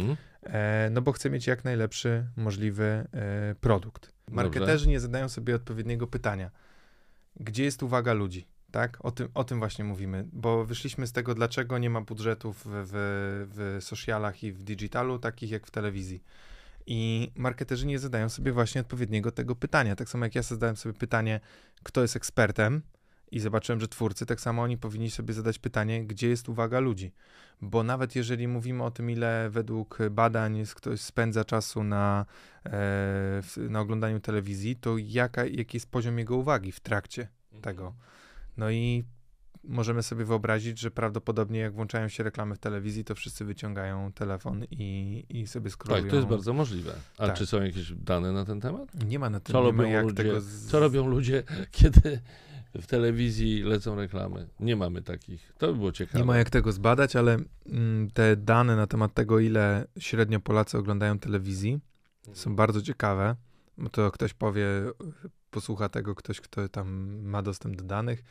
no bo chcę mieć jak najlepszy możliwy produkt. Marketerzy nie zadają sobie odpowiedniego pytania. Gdzie jest uwaga ludzi? Tak? O tym właśnie mówimy, bo wyszliśmy z tego, dlaczego nie ma budżetów w socialach i w digitalu, takich jak w telewizji. I marketerzy nie zadają sobie właśnie odpowiedniego tego pytania. Tak samo jak ja zadałem sobie pytanie, kto jest ekspertem i zobaczyłem, że twórcy, tak samo oni powinni sobie zadać pytanie, gdzie jest uwaga ludzi. Bo nawet jeżeli mówimy o tym, ile według badań ktoś spędza czasu na oglądaniu telewizji, to jaki jest poziom jego uwagi w trakcie tego. No i możemy sobie wyobrazić, że prawdopodobnie jak włączają się reklamy w telewizji, to wszyscy wyciągają telefon i sobie scrollują. Tak, to jest bardzo możliwe. A tak. Czy są jakieś dane na ten temat? Nie ma na ten temat. Co robią ludzie, kiedy w telewizji lecą reklamy? Nie mamy takich. To by było ciekawe. Nie ma jak tego zbadać, ale te dane na temat tego, ile średnio Polacy oglądają telewizji, są bardzo ciekawe. Bo to ktoś powie, posłucha tego ktoś, kto tam ma dostęp do danych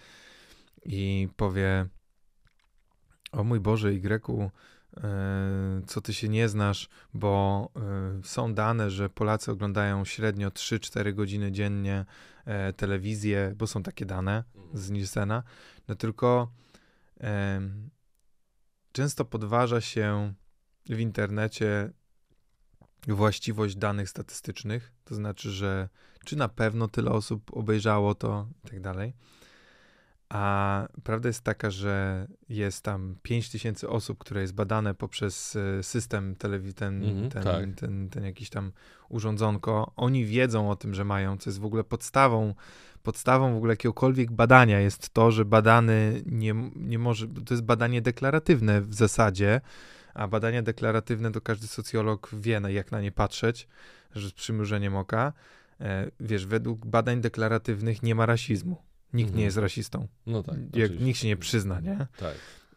i powie: o mój Boże, Y, co ty się nie znasz, bo są dane, że Polacy oglądają średnio 3-4 godziny dziennie telewizję, bo są takie dane z Nielsena, no tylko często podważa się w internecie właściwość danych statystycznych, to znaczy, że czy na pewno tyle osób obejrzało to i tak dalej. A prawda jest taka, że jest tam 5000 osób, które jest badane poprzez system ten jakiś tam urządzonko. Oni wiedzą o tym, że mają, co jest w ogóle podstawą w ogóle jakiegokolwiek badania jest to, że badany nie może, to jest badanie deklaratywne w zasadzie, a badania deklaratywne to każdy socjolog wie, jak na nie patrzeć, że z przymrużeniem oka. Wiesz, według badań deklaratywnych nie ma rasizmu. Nikt nie jest rasistą. No tak. Nikt się nie przyzna, nie? Tak.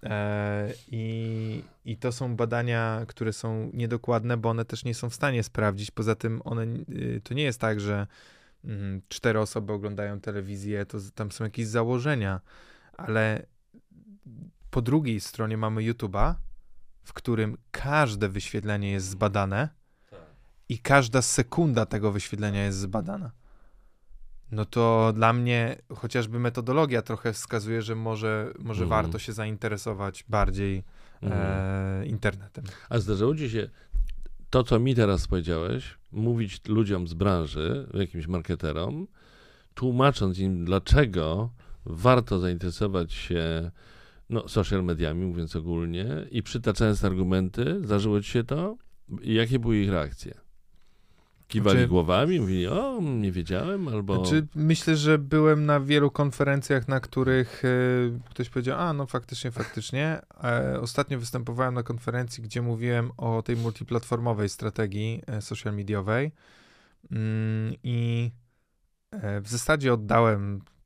I to są badania, które są niedokładne, bo one też nie są w stanie sprawdzić. Poza tym to nie jest tak, że 4 osoby oglądają telewizję, to tam są jakieś założenia, ale po drugiej stronie mamy YouTube'a, w którym każde wyświetlenie jest zbadane i każda sekunda tego wyświetlenia jest zbadana. No to dla mnie chociażby metodologia trochę wskazuje, że może warto się zainteresować bardziej internetem. A zdarzyło ci się to, co mi teraz powiedziałeś, mówić ludziom z branży, jakimś marketerom, tłumacząc im, dlaczego warto zainteresować się social mediami, mówiąc ogólnie, i przytaczając argumenty, zdarzyło ci się to? I jakie były ich reakcje? Kiwali głowami, mówili: o, nie wiedziałem, albo... Myślę, że byłem na wielu konferencjach, na których ktoś powiedział: no faktycznie. Ostatnio występowałem na konferencji, gdzie mówiłem o tej multiplatformowej strategii social mediowej i w zasadzie oddałem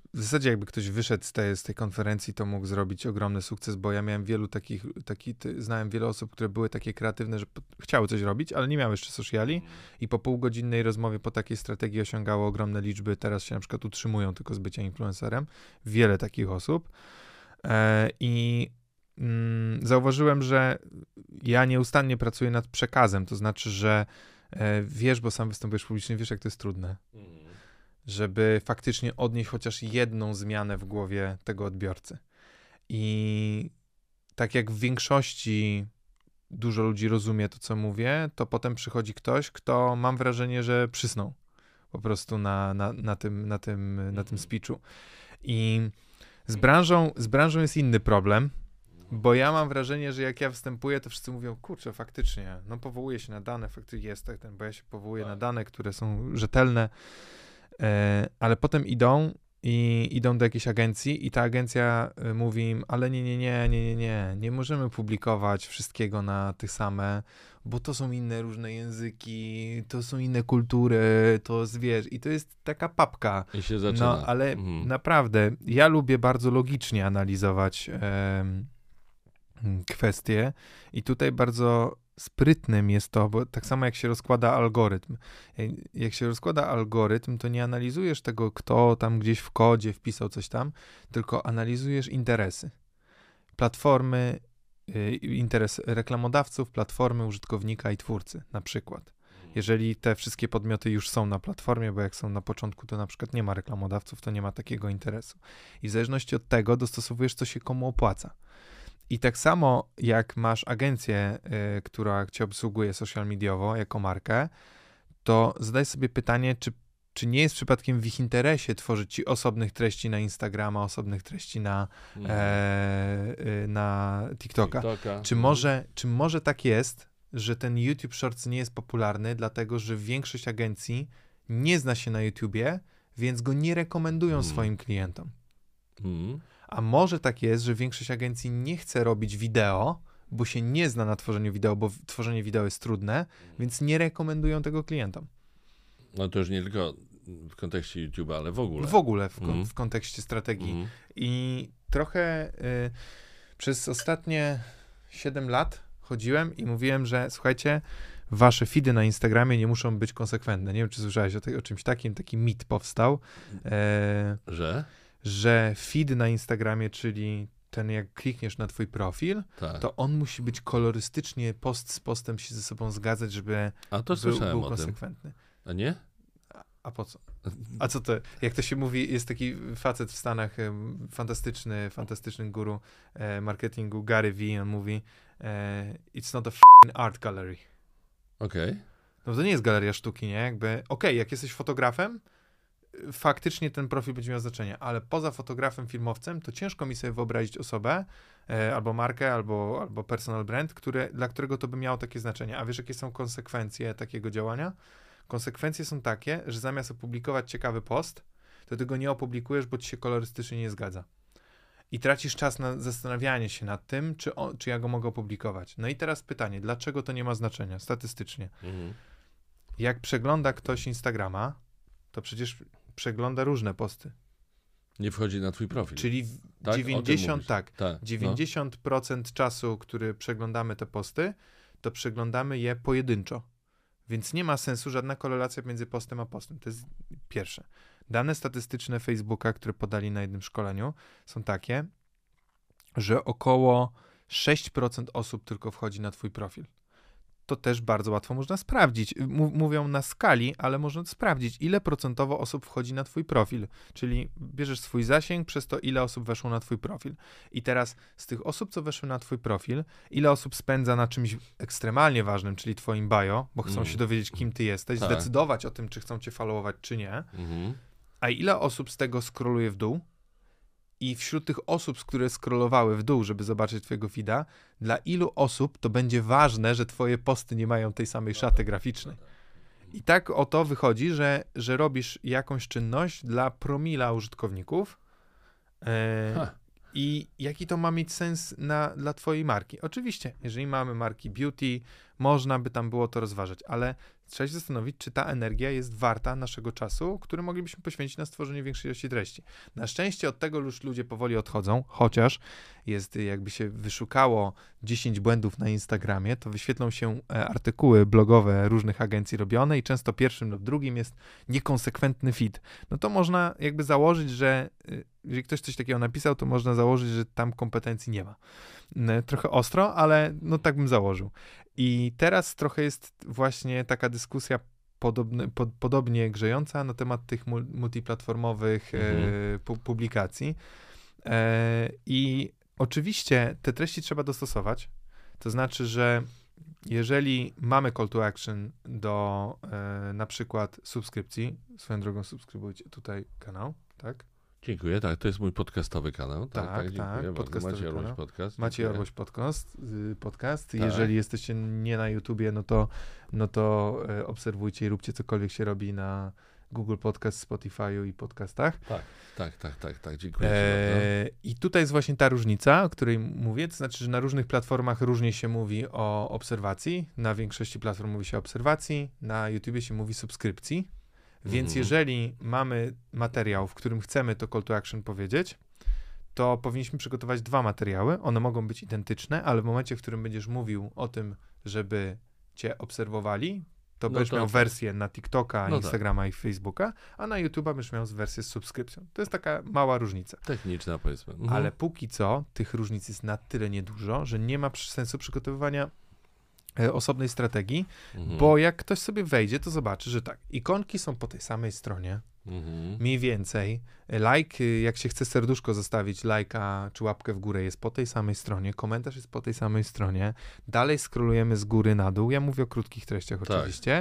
w zasadzie jakby ktoś wyszedł z tej konferencji, to mógł zrobić ogromny sukces, bo ja miałem znałem wiele osób, które były takie kreatywne, że chciały coś robić, ale nie miały jeszcze sociali i po półgodzinnej rozmowie po takiej strategii osiągało ogromne liczby. Teraz się na przykład utrzymują tylko z bycia influencerem. Wiele takich osób. I zauważyłem, że ja nieustannie pracuję nad przekazem, to znaczy, że wiesz, bo sam występujesz publicznie, wiesz, jak to jest trudne, żeby faktycznie odnieść chociaż jedną zmianę w głowie tego odbiorcy. I tak jak w większości dużo ludzi rozumie to, co mówię, to potem przychodzi ktoś, kto mam wrażenie, że przysnął po prostu na tym speechu. I z branżą jest inny problem, bo ja mam wrażenie, że jak ja występuję, to wszyscy mówią, kurczę, faktycznie, no powołuję się na dane, faktycznie jest tak, bo ja się powołuję na dane, które są rzetelne, ale potem idą do jakiejś agencji i ta agencja mówi im, ale nie możemy publikować wszystkiego na tych same, bo to są inne różne języki, to są inne kultury, to wiesz, i to jest taka papka. I się zaczyna. No, ale naprawdę, ja lubię bardzo logicznie analizować kwestie i tutaj bardzo sprytnym jest to, bo tak samo jak się rozkłada algorytm. Jak się rozkłada algorytm, to nie analizujesz tego, kto tam gdzieś w kodzie wpisał coś tam, tylko analizujesz interesy. Platformy, interes reklamodawców, platformy, użytkownika i twórcy na przykład. Jeżeli te wszystkie podmioty już są na platformie, bo jak są na początku, to na przykład nie ma reklamodawców, to nie ma takiego interesu. I w zależności od tego dostosowujesz, co się komu opłaca. I tak samo jak masz agencję, która cię obsługuje social mediowo jako markę, to zadaj sobie pytanie, czy nie jest przypadkiem w ich interesie tworzyć ci osobnych treści na Instagrama, osobnych treści na TikToka. Czy może tak jest, że ten YouTube Shorts nie jest popularny, dlatego że większość agencji nie zna się na YouTubie, więc go nie rekomendują swoim klientom. A może tak jest, że większość agencji nie chce robić wideo, bo się nie zna na tworzeniu wideo, bo tworzenie wideo jest trudne, więc nie rekomendują tego klientom. No to już nie tylko w kontekście YouTube'a, ale w ogóle. W ogóle w kontekście strategii. I trochę przez ostatnie 7 lat chodziłem i mówiłem, że słuchajcie, wasze feedy na Instagramie nie muszą być konsekwentne. Nie wiem, czy słyszałeś o czymś takim, taki mit powstał. Że feed na Instagramie, czyli ten jak klikniesz na twój profil, to on musi być kolorystycznie post z postem się ze sobą zgadzać, żeby był konsekwentny. A nie? A po co? A co to? Jak to się mówi, jest taki facet w Stanach, fantastyczny guru marketingu, Gary Vee, on mówi it's not a f***ing art gallery. Okej. No to nie jest galeria sztuki, nie? Jakby, jak jesteś fotografem, faktycznie ten profil będzie miał znaczenie, ale poza fotografem, filmowcem, to ciężko mi sobie wyobrazić osobę, albo markę, albo personal brand, dla którego to by miało takie znaczenie. A wiesz, jakie są konsekwencje takiego działania? Konsekwencje są takie, że zamiast opublikować ciekawy post, to ty go nie opublikujesz, bo ci się kolorystycznie nie zgadza. I tracisz czas na zastanawianie się nad tym, czy ja go mogę opublikować. No i teraz pytanie, dlaczego to nie ma znaczenia statystycznie? Jak przegląda ktoś Instagrama, to przecież przegląda różne posty. Nie wchodzi na twój profil. Czyli 90% czasu, który przeglądamy te posty, to przeglądamy je pojedynczo. Więc nie ma sensu żadna korelacja między postem a postem. To jest pierwsze. Dane statystyczne Facebooka, które podali na jednym szkoleniu, są takie, że około 6% osób tylko wchodzi na twój profil. To też bardzo łatwo można sprawdzić. Mówią na skali, ale można sprawdzić, ile procentowo osób wchodzi na twój profil. Czyli bierzesz swój zasięg przez to, ile osób weszło na twój profil. I teraz z tych osób, co weszły na twój profil, ile osób spędza na czymś ekstremalnie ważnym, czyli twoim bio, bo chcą się dowiedzieć, kim ty jesteś, zdecydować o tym, czy chcą cię followować, czy nie. A ile osób z tego scrolluje w dół? I wśród tych osób, które scrollowały w dół, żeby zobaczyć twojego feeda, dla ilu osób to będzie ważne, że twoje posty nie mają tej samej szaty graficznej. I tak oto wychodzi, że robisz jakąś czynność dla promila użytkowników i jaki to ma mieć sens dla twojej marki. Oczywiście, jeżeli mamy marki beauty, można by tam było to rozważać, ale trzeba się zastanowić, czy ta energia jest warta naszego czasu, który moglibyśmy poświęcić na stworzenie większej ilości treści. Na szczęście od tego już ludzie powoli odchodzą, chociaż jakby się wyszukało 10 błędów na Instagramie, to wyświetlą się artykuły blogowe różnych agencji robione i często pierwszym lub drugim jest niekonsekwentny feed. No to można jakby założyć, że jeżeli ktoś coś takiego napisał, to można założyć, że tam kompetencji nie ma. Trochę ostro, ale no tak bym założył. I teraz trochę jest właśnie taka dyskusja podobnie grzejąca na temat tych multiplatformowych publikacji. I oczywiście te treści trzeba dostosować. To znaczy, że jeżeli mamy call to action do na przykład subskrypcji, swoją drogą subskrybujcie tutaj kanał, tak? Dziękuję, tak, to jest mój podcastowy kanał. Tak, dziękuję bardzo. Maciej Orłoś Podcast. Maciej Orłoś Podcast. Tak. Jeżeli jesteście nie na YouTubie, no to obserwujcie i róbcie cokolwiek się robi na Google Podcast, Spotify'u i podcastach. Tak, dziękuję bardzo. I tutaj jest właśnie ta różnica, o której mówię, to znaczy, że na różnych platformach różnie się mówi o obserwacji, na większości platform mówi się o obserwacji, na YouTubie się mówi subskrypcji. Więc jeżeli mamy materiał, w którym chcemy to call to action powiedzieć, to powinniśmy przygotować 2 materiały. One mogą być identyczne, ale w momencie, w którym będziesz mówił o tym, żeby cię obserwowali, to będziesz miał wersję na TikToka, Instagrama i Facebooka, a na YouTube'a będziesz miał wersję z subskrypcją. To jest taka mała różnica. Techniczna, powiedzmy. Ale póki co tych różnic jest na tyle niedużo, że nie ma sensu przygotowywania osobnej strategii, bo jak ktoś sobie wejdzie, to zobaczy, że tak, ikonki są po tej samej stronie, mniej więcej, jak się chce serduszko zostawić, lajka czy łapkę w górę jest po tej samej stronie, komentarz jest po tej samej stronie, dalej scrollujemy z góry na dół, ja mówię o krótkich treściach oczywiście,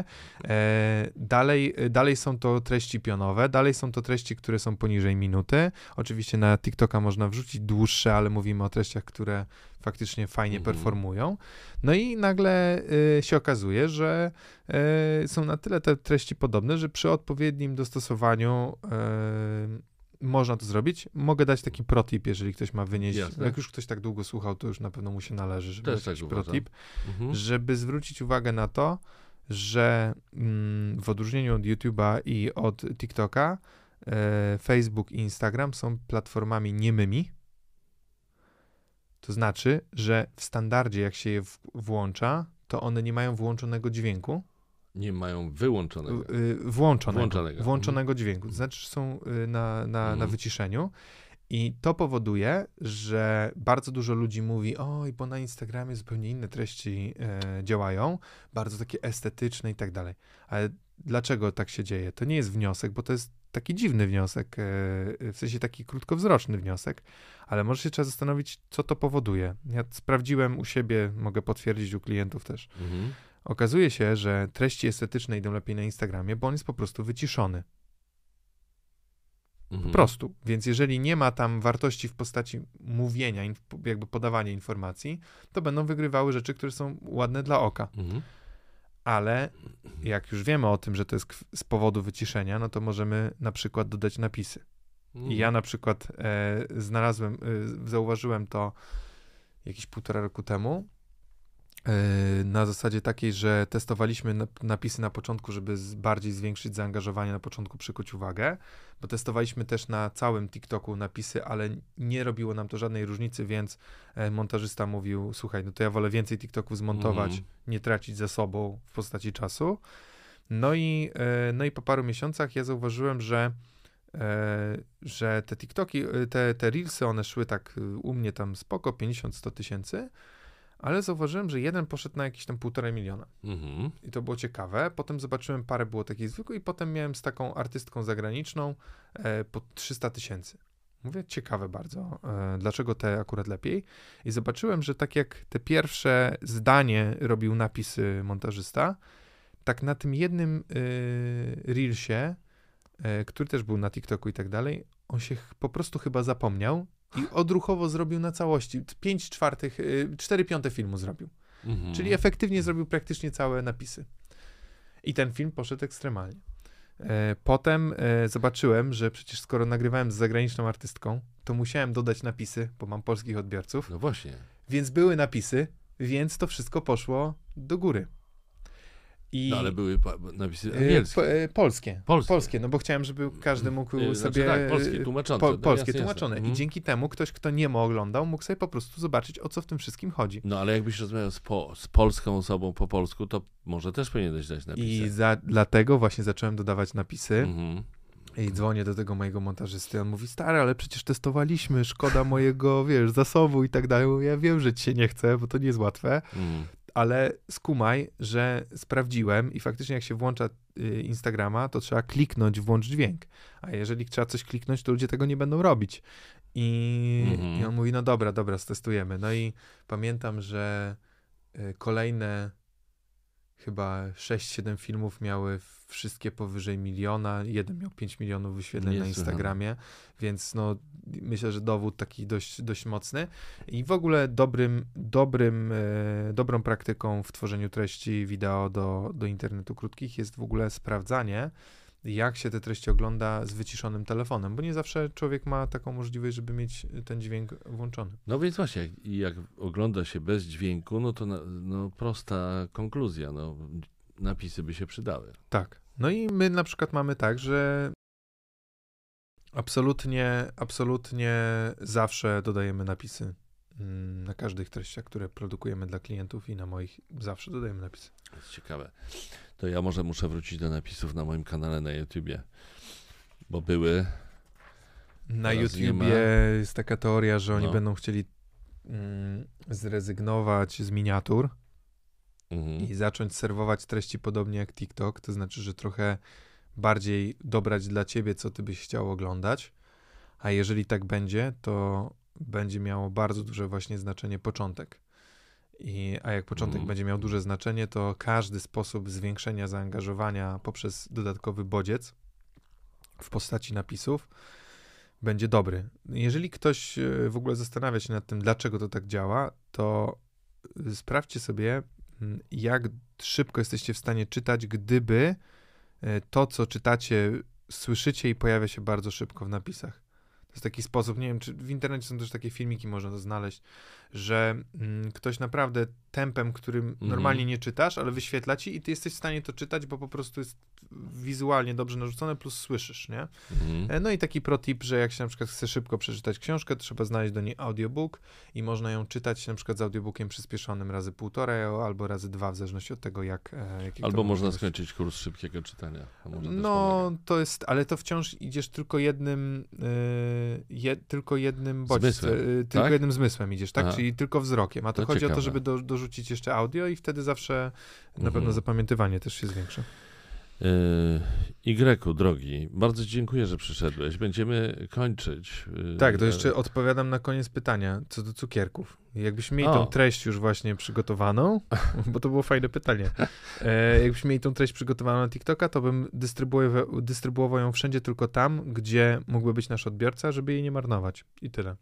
dalej są to treści pionowe, dalej są to treści, które są poniżej minuty, oczywiście na TikToka można wrzucić dłuższe, ale mówimy o treściach, które faktycznie fajnie performują. No i nagle się okazuje, że są na tyle te treści podobne, że przy odpowiednim dostosowaniu można to zrobić. Mogę dać taki protip, jeżeli ktoś ma wynieść. Jasne. Jak już ktoś tak długo słuchał, to już na pewno mu się należy, żeby dać jakiś protip, żeby zwrócić uwagę na to, że w odróżnieniu od YouTube'a i od TikToka Facebook i Instagram są platformami niemymi. To znaczy, że w standardzie, jak się je włącza, to one nie mają włączonego dźwięku. Nie mają wyłączonego. Włączonego dźwięku. To znaczy, że są na wyciszeniu. I to powoduje, że bardzo dużo ludzi mówi, oj, bo na Instagramie zupełnie inne treści działają, bardzo takie estetyczne i tak dalej. Ale dlaczego tak się dzieje? To nie jest wniosek, bo to jest taki dziwny wniosek, w sensie taki krótkowzroczny wniosek, ale może się trzeba zastanowić, co to powoduje. Ja sprawdziłem u siebie, mogę potwierdzić u klientów też. Okazuje się, że treści estetyczne idą lepiej na Instagramie, bo on jest po prostu wyciszony. Po prostu. Więc jeżeli nie ma tam wartości w postaci mówienia, jakby podawania informacji, to będą wygrywały rzeczy, które są ładne dla oka. Ale jak już wiemy o tym, że to jest z powodu wyciszenia, no to możemy na przykład dodać napisy. I ja na przykład zauważyłem to jakieś 1,5 roku temu, na zasadzie takiej, że testowaliśmy napisy na początku, żeby bardziej zwiększyć zaangażowanie, na początku przykuć uwagę, bo testowaliśmy też na całym TikToku napisy, ale nie robiło nam to żadnej różnicy, więc montażysta mówił, słuchaj, no to ja wolę więcej TikToków zmontować, nie tracić zasobu w postaci czasu. No i po paru miesiącach ja zauważyłem, że te TikToki, te Reelsy, one szły tak u mnie tam spoko, 50-100 tysięcy, ale zauważyłem, że jeden poszedł na jakieś tam 1,5 miliona. I to było ciekawe. Potem zobaczyłem, parę było takich zwykłych i potem miałem z taką artystką zagraniczną po 300 tysięcy. Mówię, ciekawe bardzo, dlaczego te akurat lepiej. I zobaczyłem, że tak jak te pierwsze zdanie robił napisy montażysta, tak na tym jednym Reelsie, który też był na TikToku i tak dalej, on się po prostu chyba zapomniał i odruchowo zrobił na całości. 4/5 filmu zrobił. Czyli efektywnie zrobił praktycznie całe napisy. I ten film poszedł ekstremalnie. Potem zobaczyłem, że przecież skoro nagrywałem z zagraniczną artystką, to musiałem dodać napisy, bo mam polskich odbiorców. No właśnie. Więc były napisy, więc to wszystko poszło do góry. No ale były napisy angielskie. Polskie, no bo chciałem, żeby każdy mógł sobie... Tak, polskie tłumaczące. Polskie tłumaczone. I dzięki temu ktoś, kto nie oglądał, mógł sobie po prostu zobaczyć, o co w tym wszystkim chodzi. No ale jakbyś rozmawiał z polską osobą po polsku, to może też powinieneś dać napisy. I dlatego właśnie zacząłem dodawać napisy. I dzwonię do tego mojego montażysty, on mówi, stary, ale przecież testowaliśmy, szkoda mojego, zasobu i tak dalej. Ja wiem, że ci się nie chce, bo to nie jest łatwe, ale skumaj, że sprawdziłem i faktycznie jak się włącza Instagrama, to trzeba kliknąć włącz dźwięk, a jeżeli trzeba coś kliknąć, to ludzie tego nie będą robić. I on mówi, no dobra, stestujemy. No i pamiętam, że kolejne chyba 6-7 filmów miały wszystkie powyżej 1 miliona, jeden miał 5 milionów wyświetleń na Instagramie, więc no myślę, że dowód taki dość mocny i w ogóle dobrą praktyką w tworzeniu treści wideo do internetu krótkich jest w ogóle sprawdzanie, jak się te treści ogląda z wyciszonym telefonem, bo nie zawsze człowiek ma taką możliwość, żeby mieć ten dźwięk włączony. No więc właśnie, jak ogląda się bez dźwięku, no to prosta konkluzja, napisy by się przydały. Tak. No i my na przykład mamy tak, że absolutnie zawsze dodajemy napisy na każdych treściach, które produkujemy dla klientów i na moich zawsze dodajemy napisy. To jest ciekawe. To ja może muszę wrócić do napisów na moim kanale na YouTubie, bo były... Na YouTubie jest taka teoria, że oni będą chcieli zrezygnować z miniatur i zacząć serwować treści podobnie jak TikTok, to znaczy, że trochę bardziej dobrać dla ciebie, co ty byś chciał oglądać, a jeżeli tak będzie, to będzie miało bardzo duże właśnie znaczenie początek. A jak początek będzie miał duże znaczenie, to każdy sposób zwiększenia zaangażowania poprzez dodatkowy bodziec w postaci napisów będzie dobry. Jeżeli ktoś w ogóle zastanawia się nad tym, dlaczego to tak działa, to sprawdźcie sobie, jak szybko jesteście w stanie czytać, gdyby to, co czytacie, słyszycie i pojawia się bardzo szybko w napisach. To jest taki sposób, nie wiem, czy w internecie są też takie filmiki, można to znaleźć, że ktoś naprawdę tempem, którym normalnie nie czytasz, ale wyświetla ci i ty jesteś w stanie to czytać, bo po prostu jest wizualnie dobrze narzucone, plus słyszysz, nie? No i taki protip, że jak się na przykład chce szybko przeczytać książkę, to trzeba znaleźć do niej audiobook i można ją czytać na przykład z audiobookiem przyspieszonym razy 1,5 albo razy 2, w zależności od tego, jak albo można skończyć kurs szybkiego czytania. No, to jest, ale to wciąż idziesz tylko jednym bodźcem, tylko jednym zmysłem idziesz, tak? Czyli tylko wzrokiem, a to chodzi o to, żeby dorzucić jeszcze audio i wtedy zawsze na pewno zapamiętywanie też się zwiększa. Drogi, bardzo dziękuję, że przyszedłeś. Będziemy kończyć. Tak, to jeszcze odpowiadam na koniec pytania co do cukierków. Jakbyśmy mieli tą treść już właśnie przygotowaną, bo to było fajne pytanie. Jakbyśmy mieli tą treść przygotowaną na TikToka, to bym dystrybuował ją wszędzie, tylko tam, gdzie mógłby być nasz odbiorca, żeby jej nie marnować. I tyle.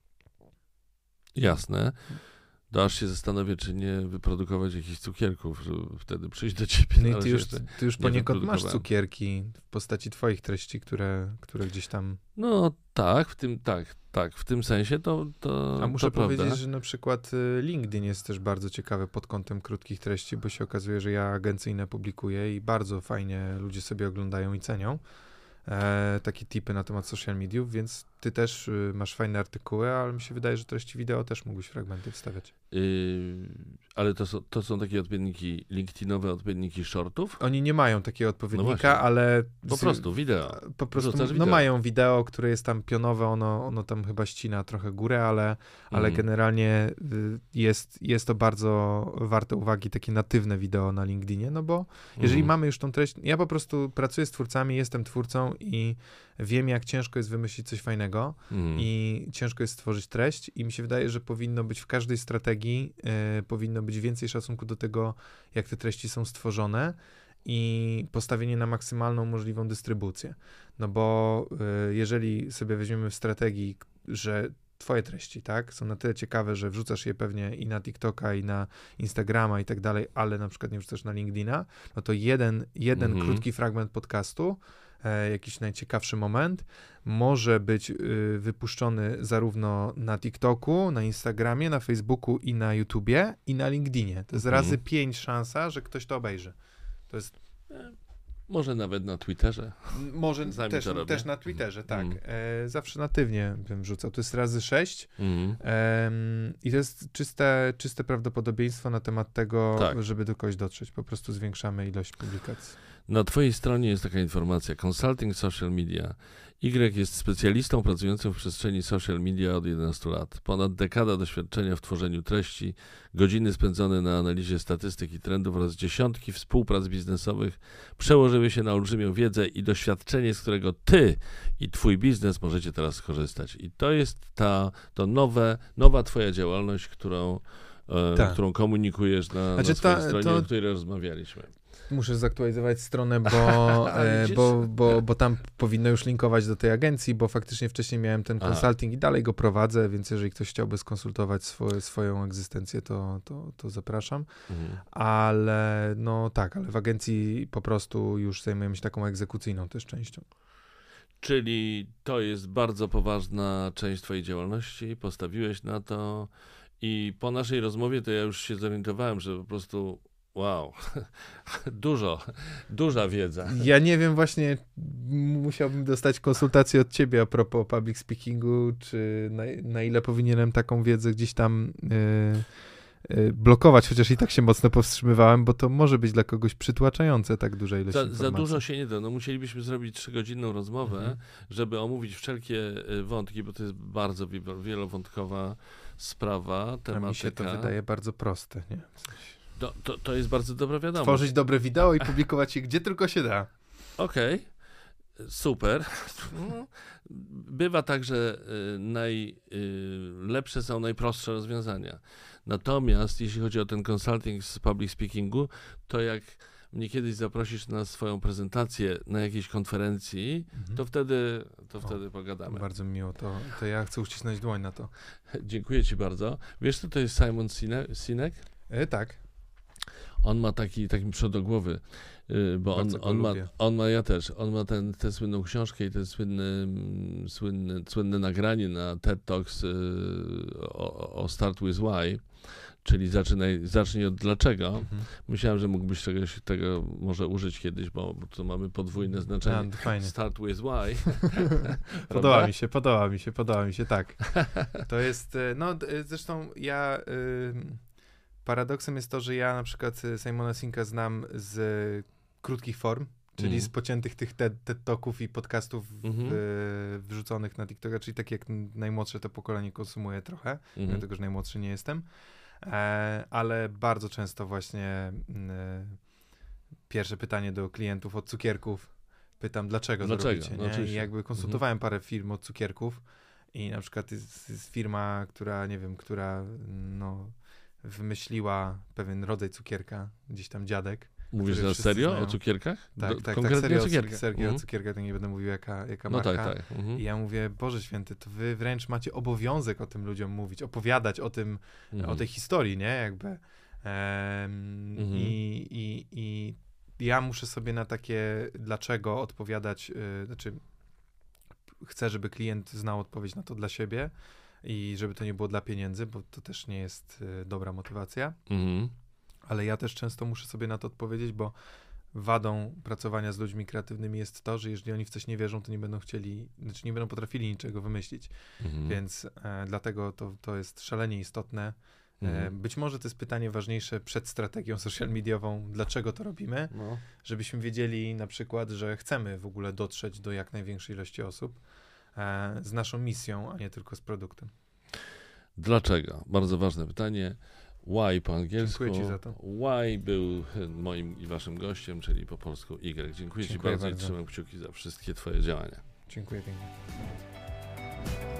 Jasne. Aż się zastanowię, czy nie wyprodukować jakichś cukierków, żeby wtedy przyjść do ciebie. No i ty już poniekąd masz cukierki w postaci twoich treści, które gdzieś tam... No tak, w tym sensie to A muszę to powiedzieć, prawda. że na przykład LinkedIn jest też bardzo ciekawy pod kątem krótkich treści, bo się okazuje, że ja agencyjne publikuję i bardzo fajnie ludzie sobie oglądają i cenią takie tipy na temat social mediów, więc ty też masz fajne artykuły, ale mi się wydaje, że treści wideo też mógłbyś fragmenty wstawiać. Ale to są takie odpowiedniki LinkedInowe, odpowiedniki shortów? Oni nie mają takiego odpowiednika, ale... Po prostu wideo. Po prostu, no mają wideo, które jest tam pionowe, ono tam chyba ścina trochę górę, ale generalnie jest to bardzo warte uwagi, takie natywne wideo na LinkedInie, no bo jeżeli mamy już tą treść, ja po prostu pracuję z twórcami, jestem twórcą i wiem, jak ciężko jest wymyślić coś fajnego i ciężko jest stworzyć treść i mi się wydaje, że powinno być w każdej strategii, powinno być więcej szacunku do tego, jak te treści są stworzone i postawienie na maksymalną możliwą dystrybucję. No bo jeżeli sobie weźmiemy w strategii, że twoje treści, tak, są na tyle ciekawe, że wrzucasz je pewnie i na TikToka, i na Instagrama i tak dalej, ale na przykład nie wrzucasz na LinkedIna, no to jeden krótki fragment podcastu, jakiś najciekawszy moment, może być wypuszczony zarówno na TikToku, na Instagramie, na Facebooku i na YouTubie i na LinkedInie. To jest razy 5 szansa, że ktoś to obejrzy. To jest... Może nawet na Twitterze. Może też na Twitterze, tak. Zawsze natywnie bym wrzucał. To jest razy 6 i to jest czyste prawdopodobieństwo na temat tego, żeby do kogoś dotrzeć. Po prostu zwiększamy ilość publikacji. Na twojej stronie jest taka informacja. Consulting Social Media. Y jest specjalistą pracującym w przestrzeni social media od 11 lat. Ponad dekada doświadczenia w tworzeniu treści, godziny spędzone na analizie statystyk i trendów oraz dziesiątki współprac biznesowych przełożyły się na olbrzymią wiedzę i doświadczenie, z którego ty i twój biznes możecie teraz skorzystać. I to jest nowa twoja działalność, którą komunikujesz na swojej stronie, o której rozmawialiśmy. Muszę zaktualizować stronę, bo tam powinno już linkować do tej agencji, bo faktycznie wcześniej miałem ten consulting i dalej go prowadzę, więc jeżeli ktoś chciałby skonsultować swoją egzystencję, to zapraszam. Ale ale w agencji po prostu już zajmujemy się taką egzekucyjną też częścią. Czyli to jest bardzo poważna część twojej działalności, postawiłeś na to i po naszej rozmowie to ja już się zorientowałem, że po prostu wow, duża wiedza. Ja nie wiem, właśnie musiałbym dostać konsultację od ciebie a propos public speakingu, czy na ile powinienem taką wiedzę gdzieś tam blokować, chociaż i tak się mocno powstrzymywałem, bo to może być dla kogoś przytłaczające tak duża ilość informacji. Za dużo się nie da. Musielibyśmy zrobić 3-godzinną rozmowę, żeby omówić wszelkie wątki, bo to jest bardzo wielowątkowa sprawa, tematyka. A mi się to wydaje bardzo proste, nie? To jest bardzo dobra wiadomość. Tworzyć dobre wideo i publikować je gdzie tylko się da. Okej. Super. Bywa tak, że najlepsze są najprostsze rozwiązania. Natomiast jeśli chodzi o ten consulting z public speakingu, to jak mnie kiedyś zaprosisz na swoją prezentację na jakiejś konferencji, to wtedy pogadamy. Bardzo miło, to ja chcę uścisnąć dłoń na to. Dziękuję ci bardzo. Wiesz, co to jest Simon Sinek? Tak. On ma taki przodogłowy, bo on ma tę słynną książkę i ten słynne nagranie na TED Talks o Start with Why, czyli zacznij od dlaczego. Myślałem, że mógłbyś tego może użyć kiedyś, bo to mamy podwójne znaczenie. Start with Why. Podoba mi się, tak. To jest, zresztą ja... Paradoksem jest to, że ja na przykład Simona Sinka znam z krótkich form, czyli z pociętych tych TED Talków i podcastów wrzuconych na TikToka, czyli tak jak najmłodsze to pokolenie konsumuje trochę, mimo tego, że najmłodszy nie jestem, ale bardzo często właśnie pierwsze pytanie do klientów od cukierków pytam, dlaczego to robicie, nie? I jakby konsultowałem parę firm od cukierków i na przykład jest firma, która wymyśliła pewien rodzaj cukierka, gdzieś tam dziadek. Mówisz na serio znają. O cukierkach? Tak, serio o cukierkach, to nie będę mówił jaka marka. Tak. I ja mówię, Boże Święty, to wy wręcz macie obowiązek o tym ludziom mówić, opowiadać o tym, o tej historii, nie? Jakby. I ja muszę sobie na takie dlaczego odpowiadać, chcę, żeby klient znał odpowiedź na to dla siebie, i żeby to nie było dla pieniędzy, bo to też nie jest dobra motywacja. Ale ja też często muszę sobie na to odpowiedzieć, bo wadą pracowania z ludźmi kreatywnymi jest to, że jeżeli oni w coś nie wierzą, to nie będą nie będą potrafili niczego wymyślić. Więc dlatego to jest szalenie istotne. Być może to jest pytanie ważniejsze przed strategią social mediową, dlaczego to robimy, żebyśmy wiedzieli na przykład, że chcemy w ogóle dotrzeć do jak największej ilości osób z naszą misją, a nie tylko z produktem. Dlaczego? Bardzo ważne pytanie. Why po angielsku. Dziękuję ci za to. Why był moim i waszym gościem, czyli po polsku Y. Dziękuję ci bardzo i trzymam kciuki za wszystkie twoje działania. Dziękuję pięknie.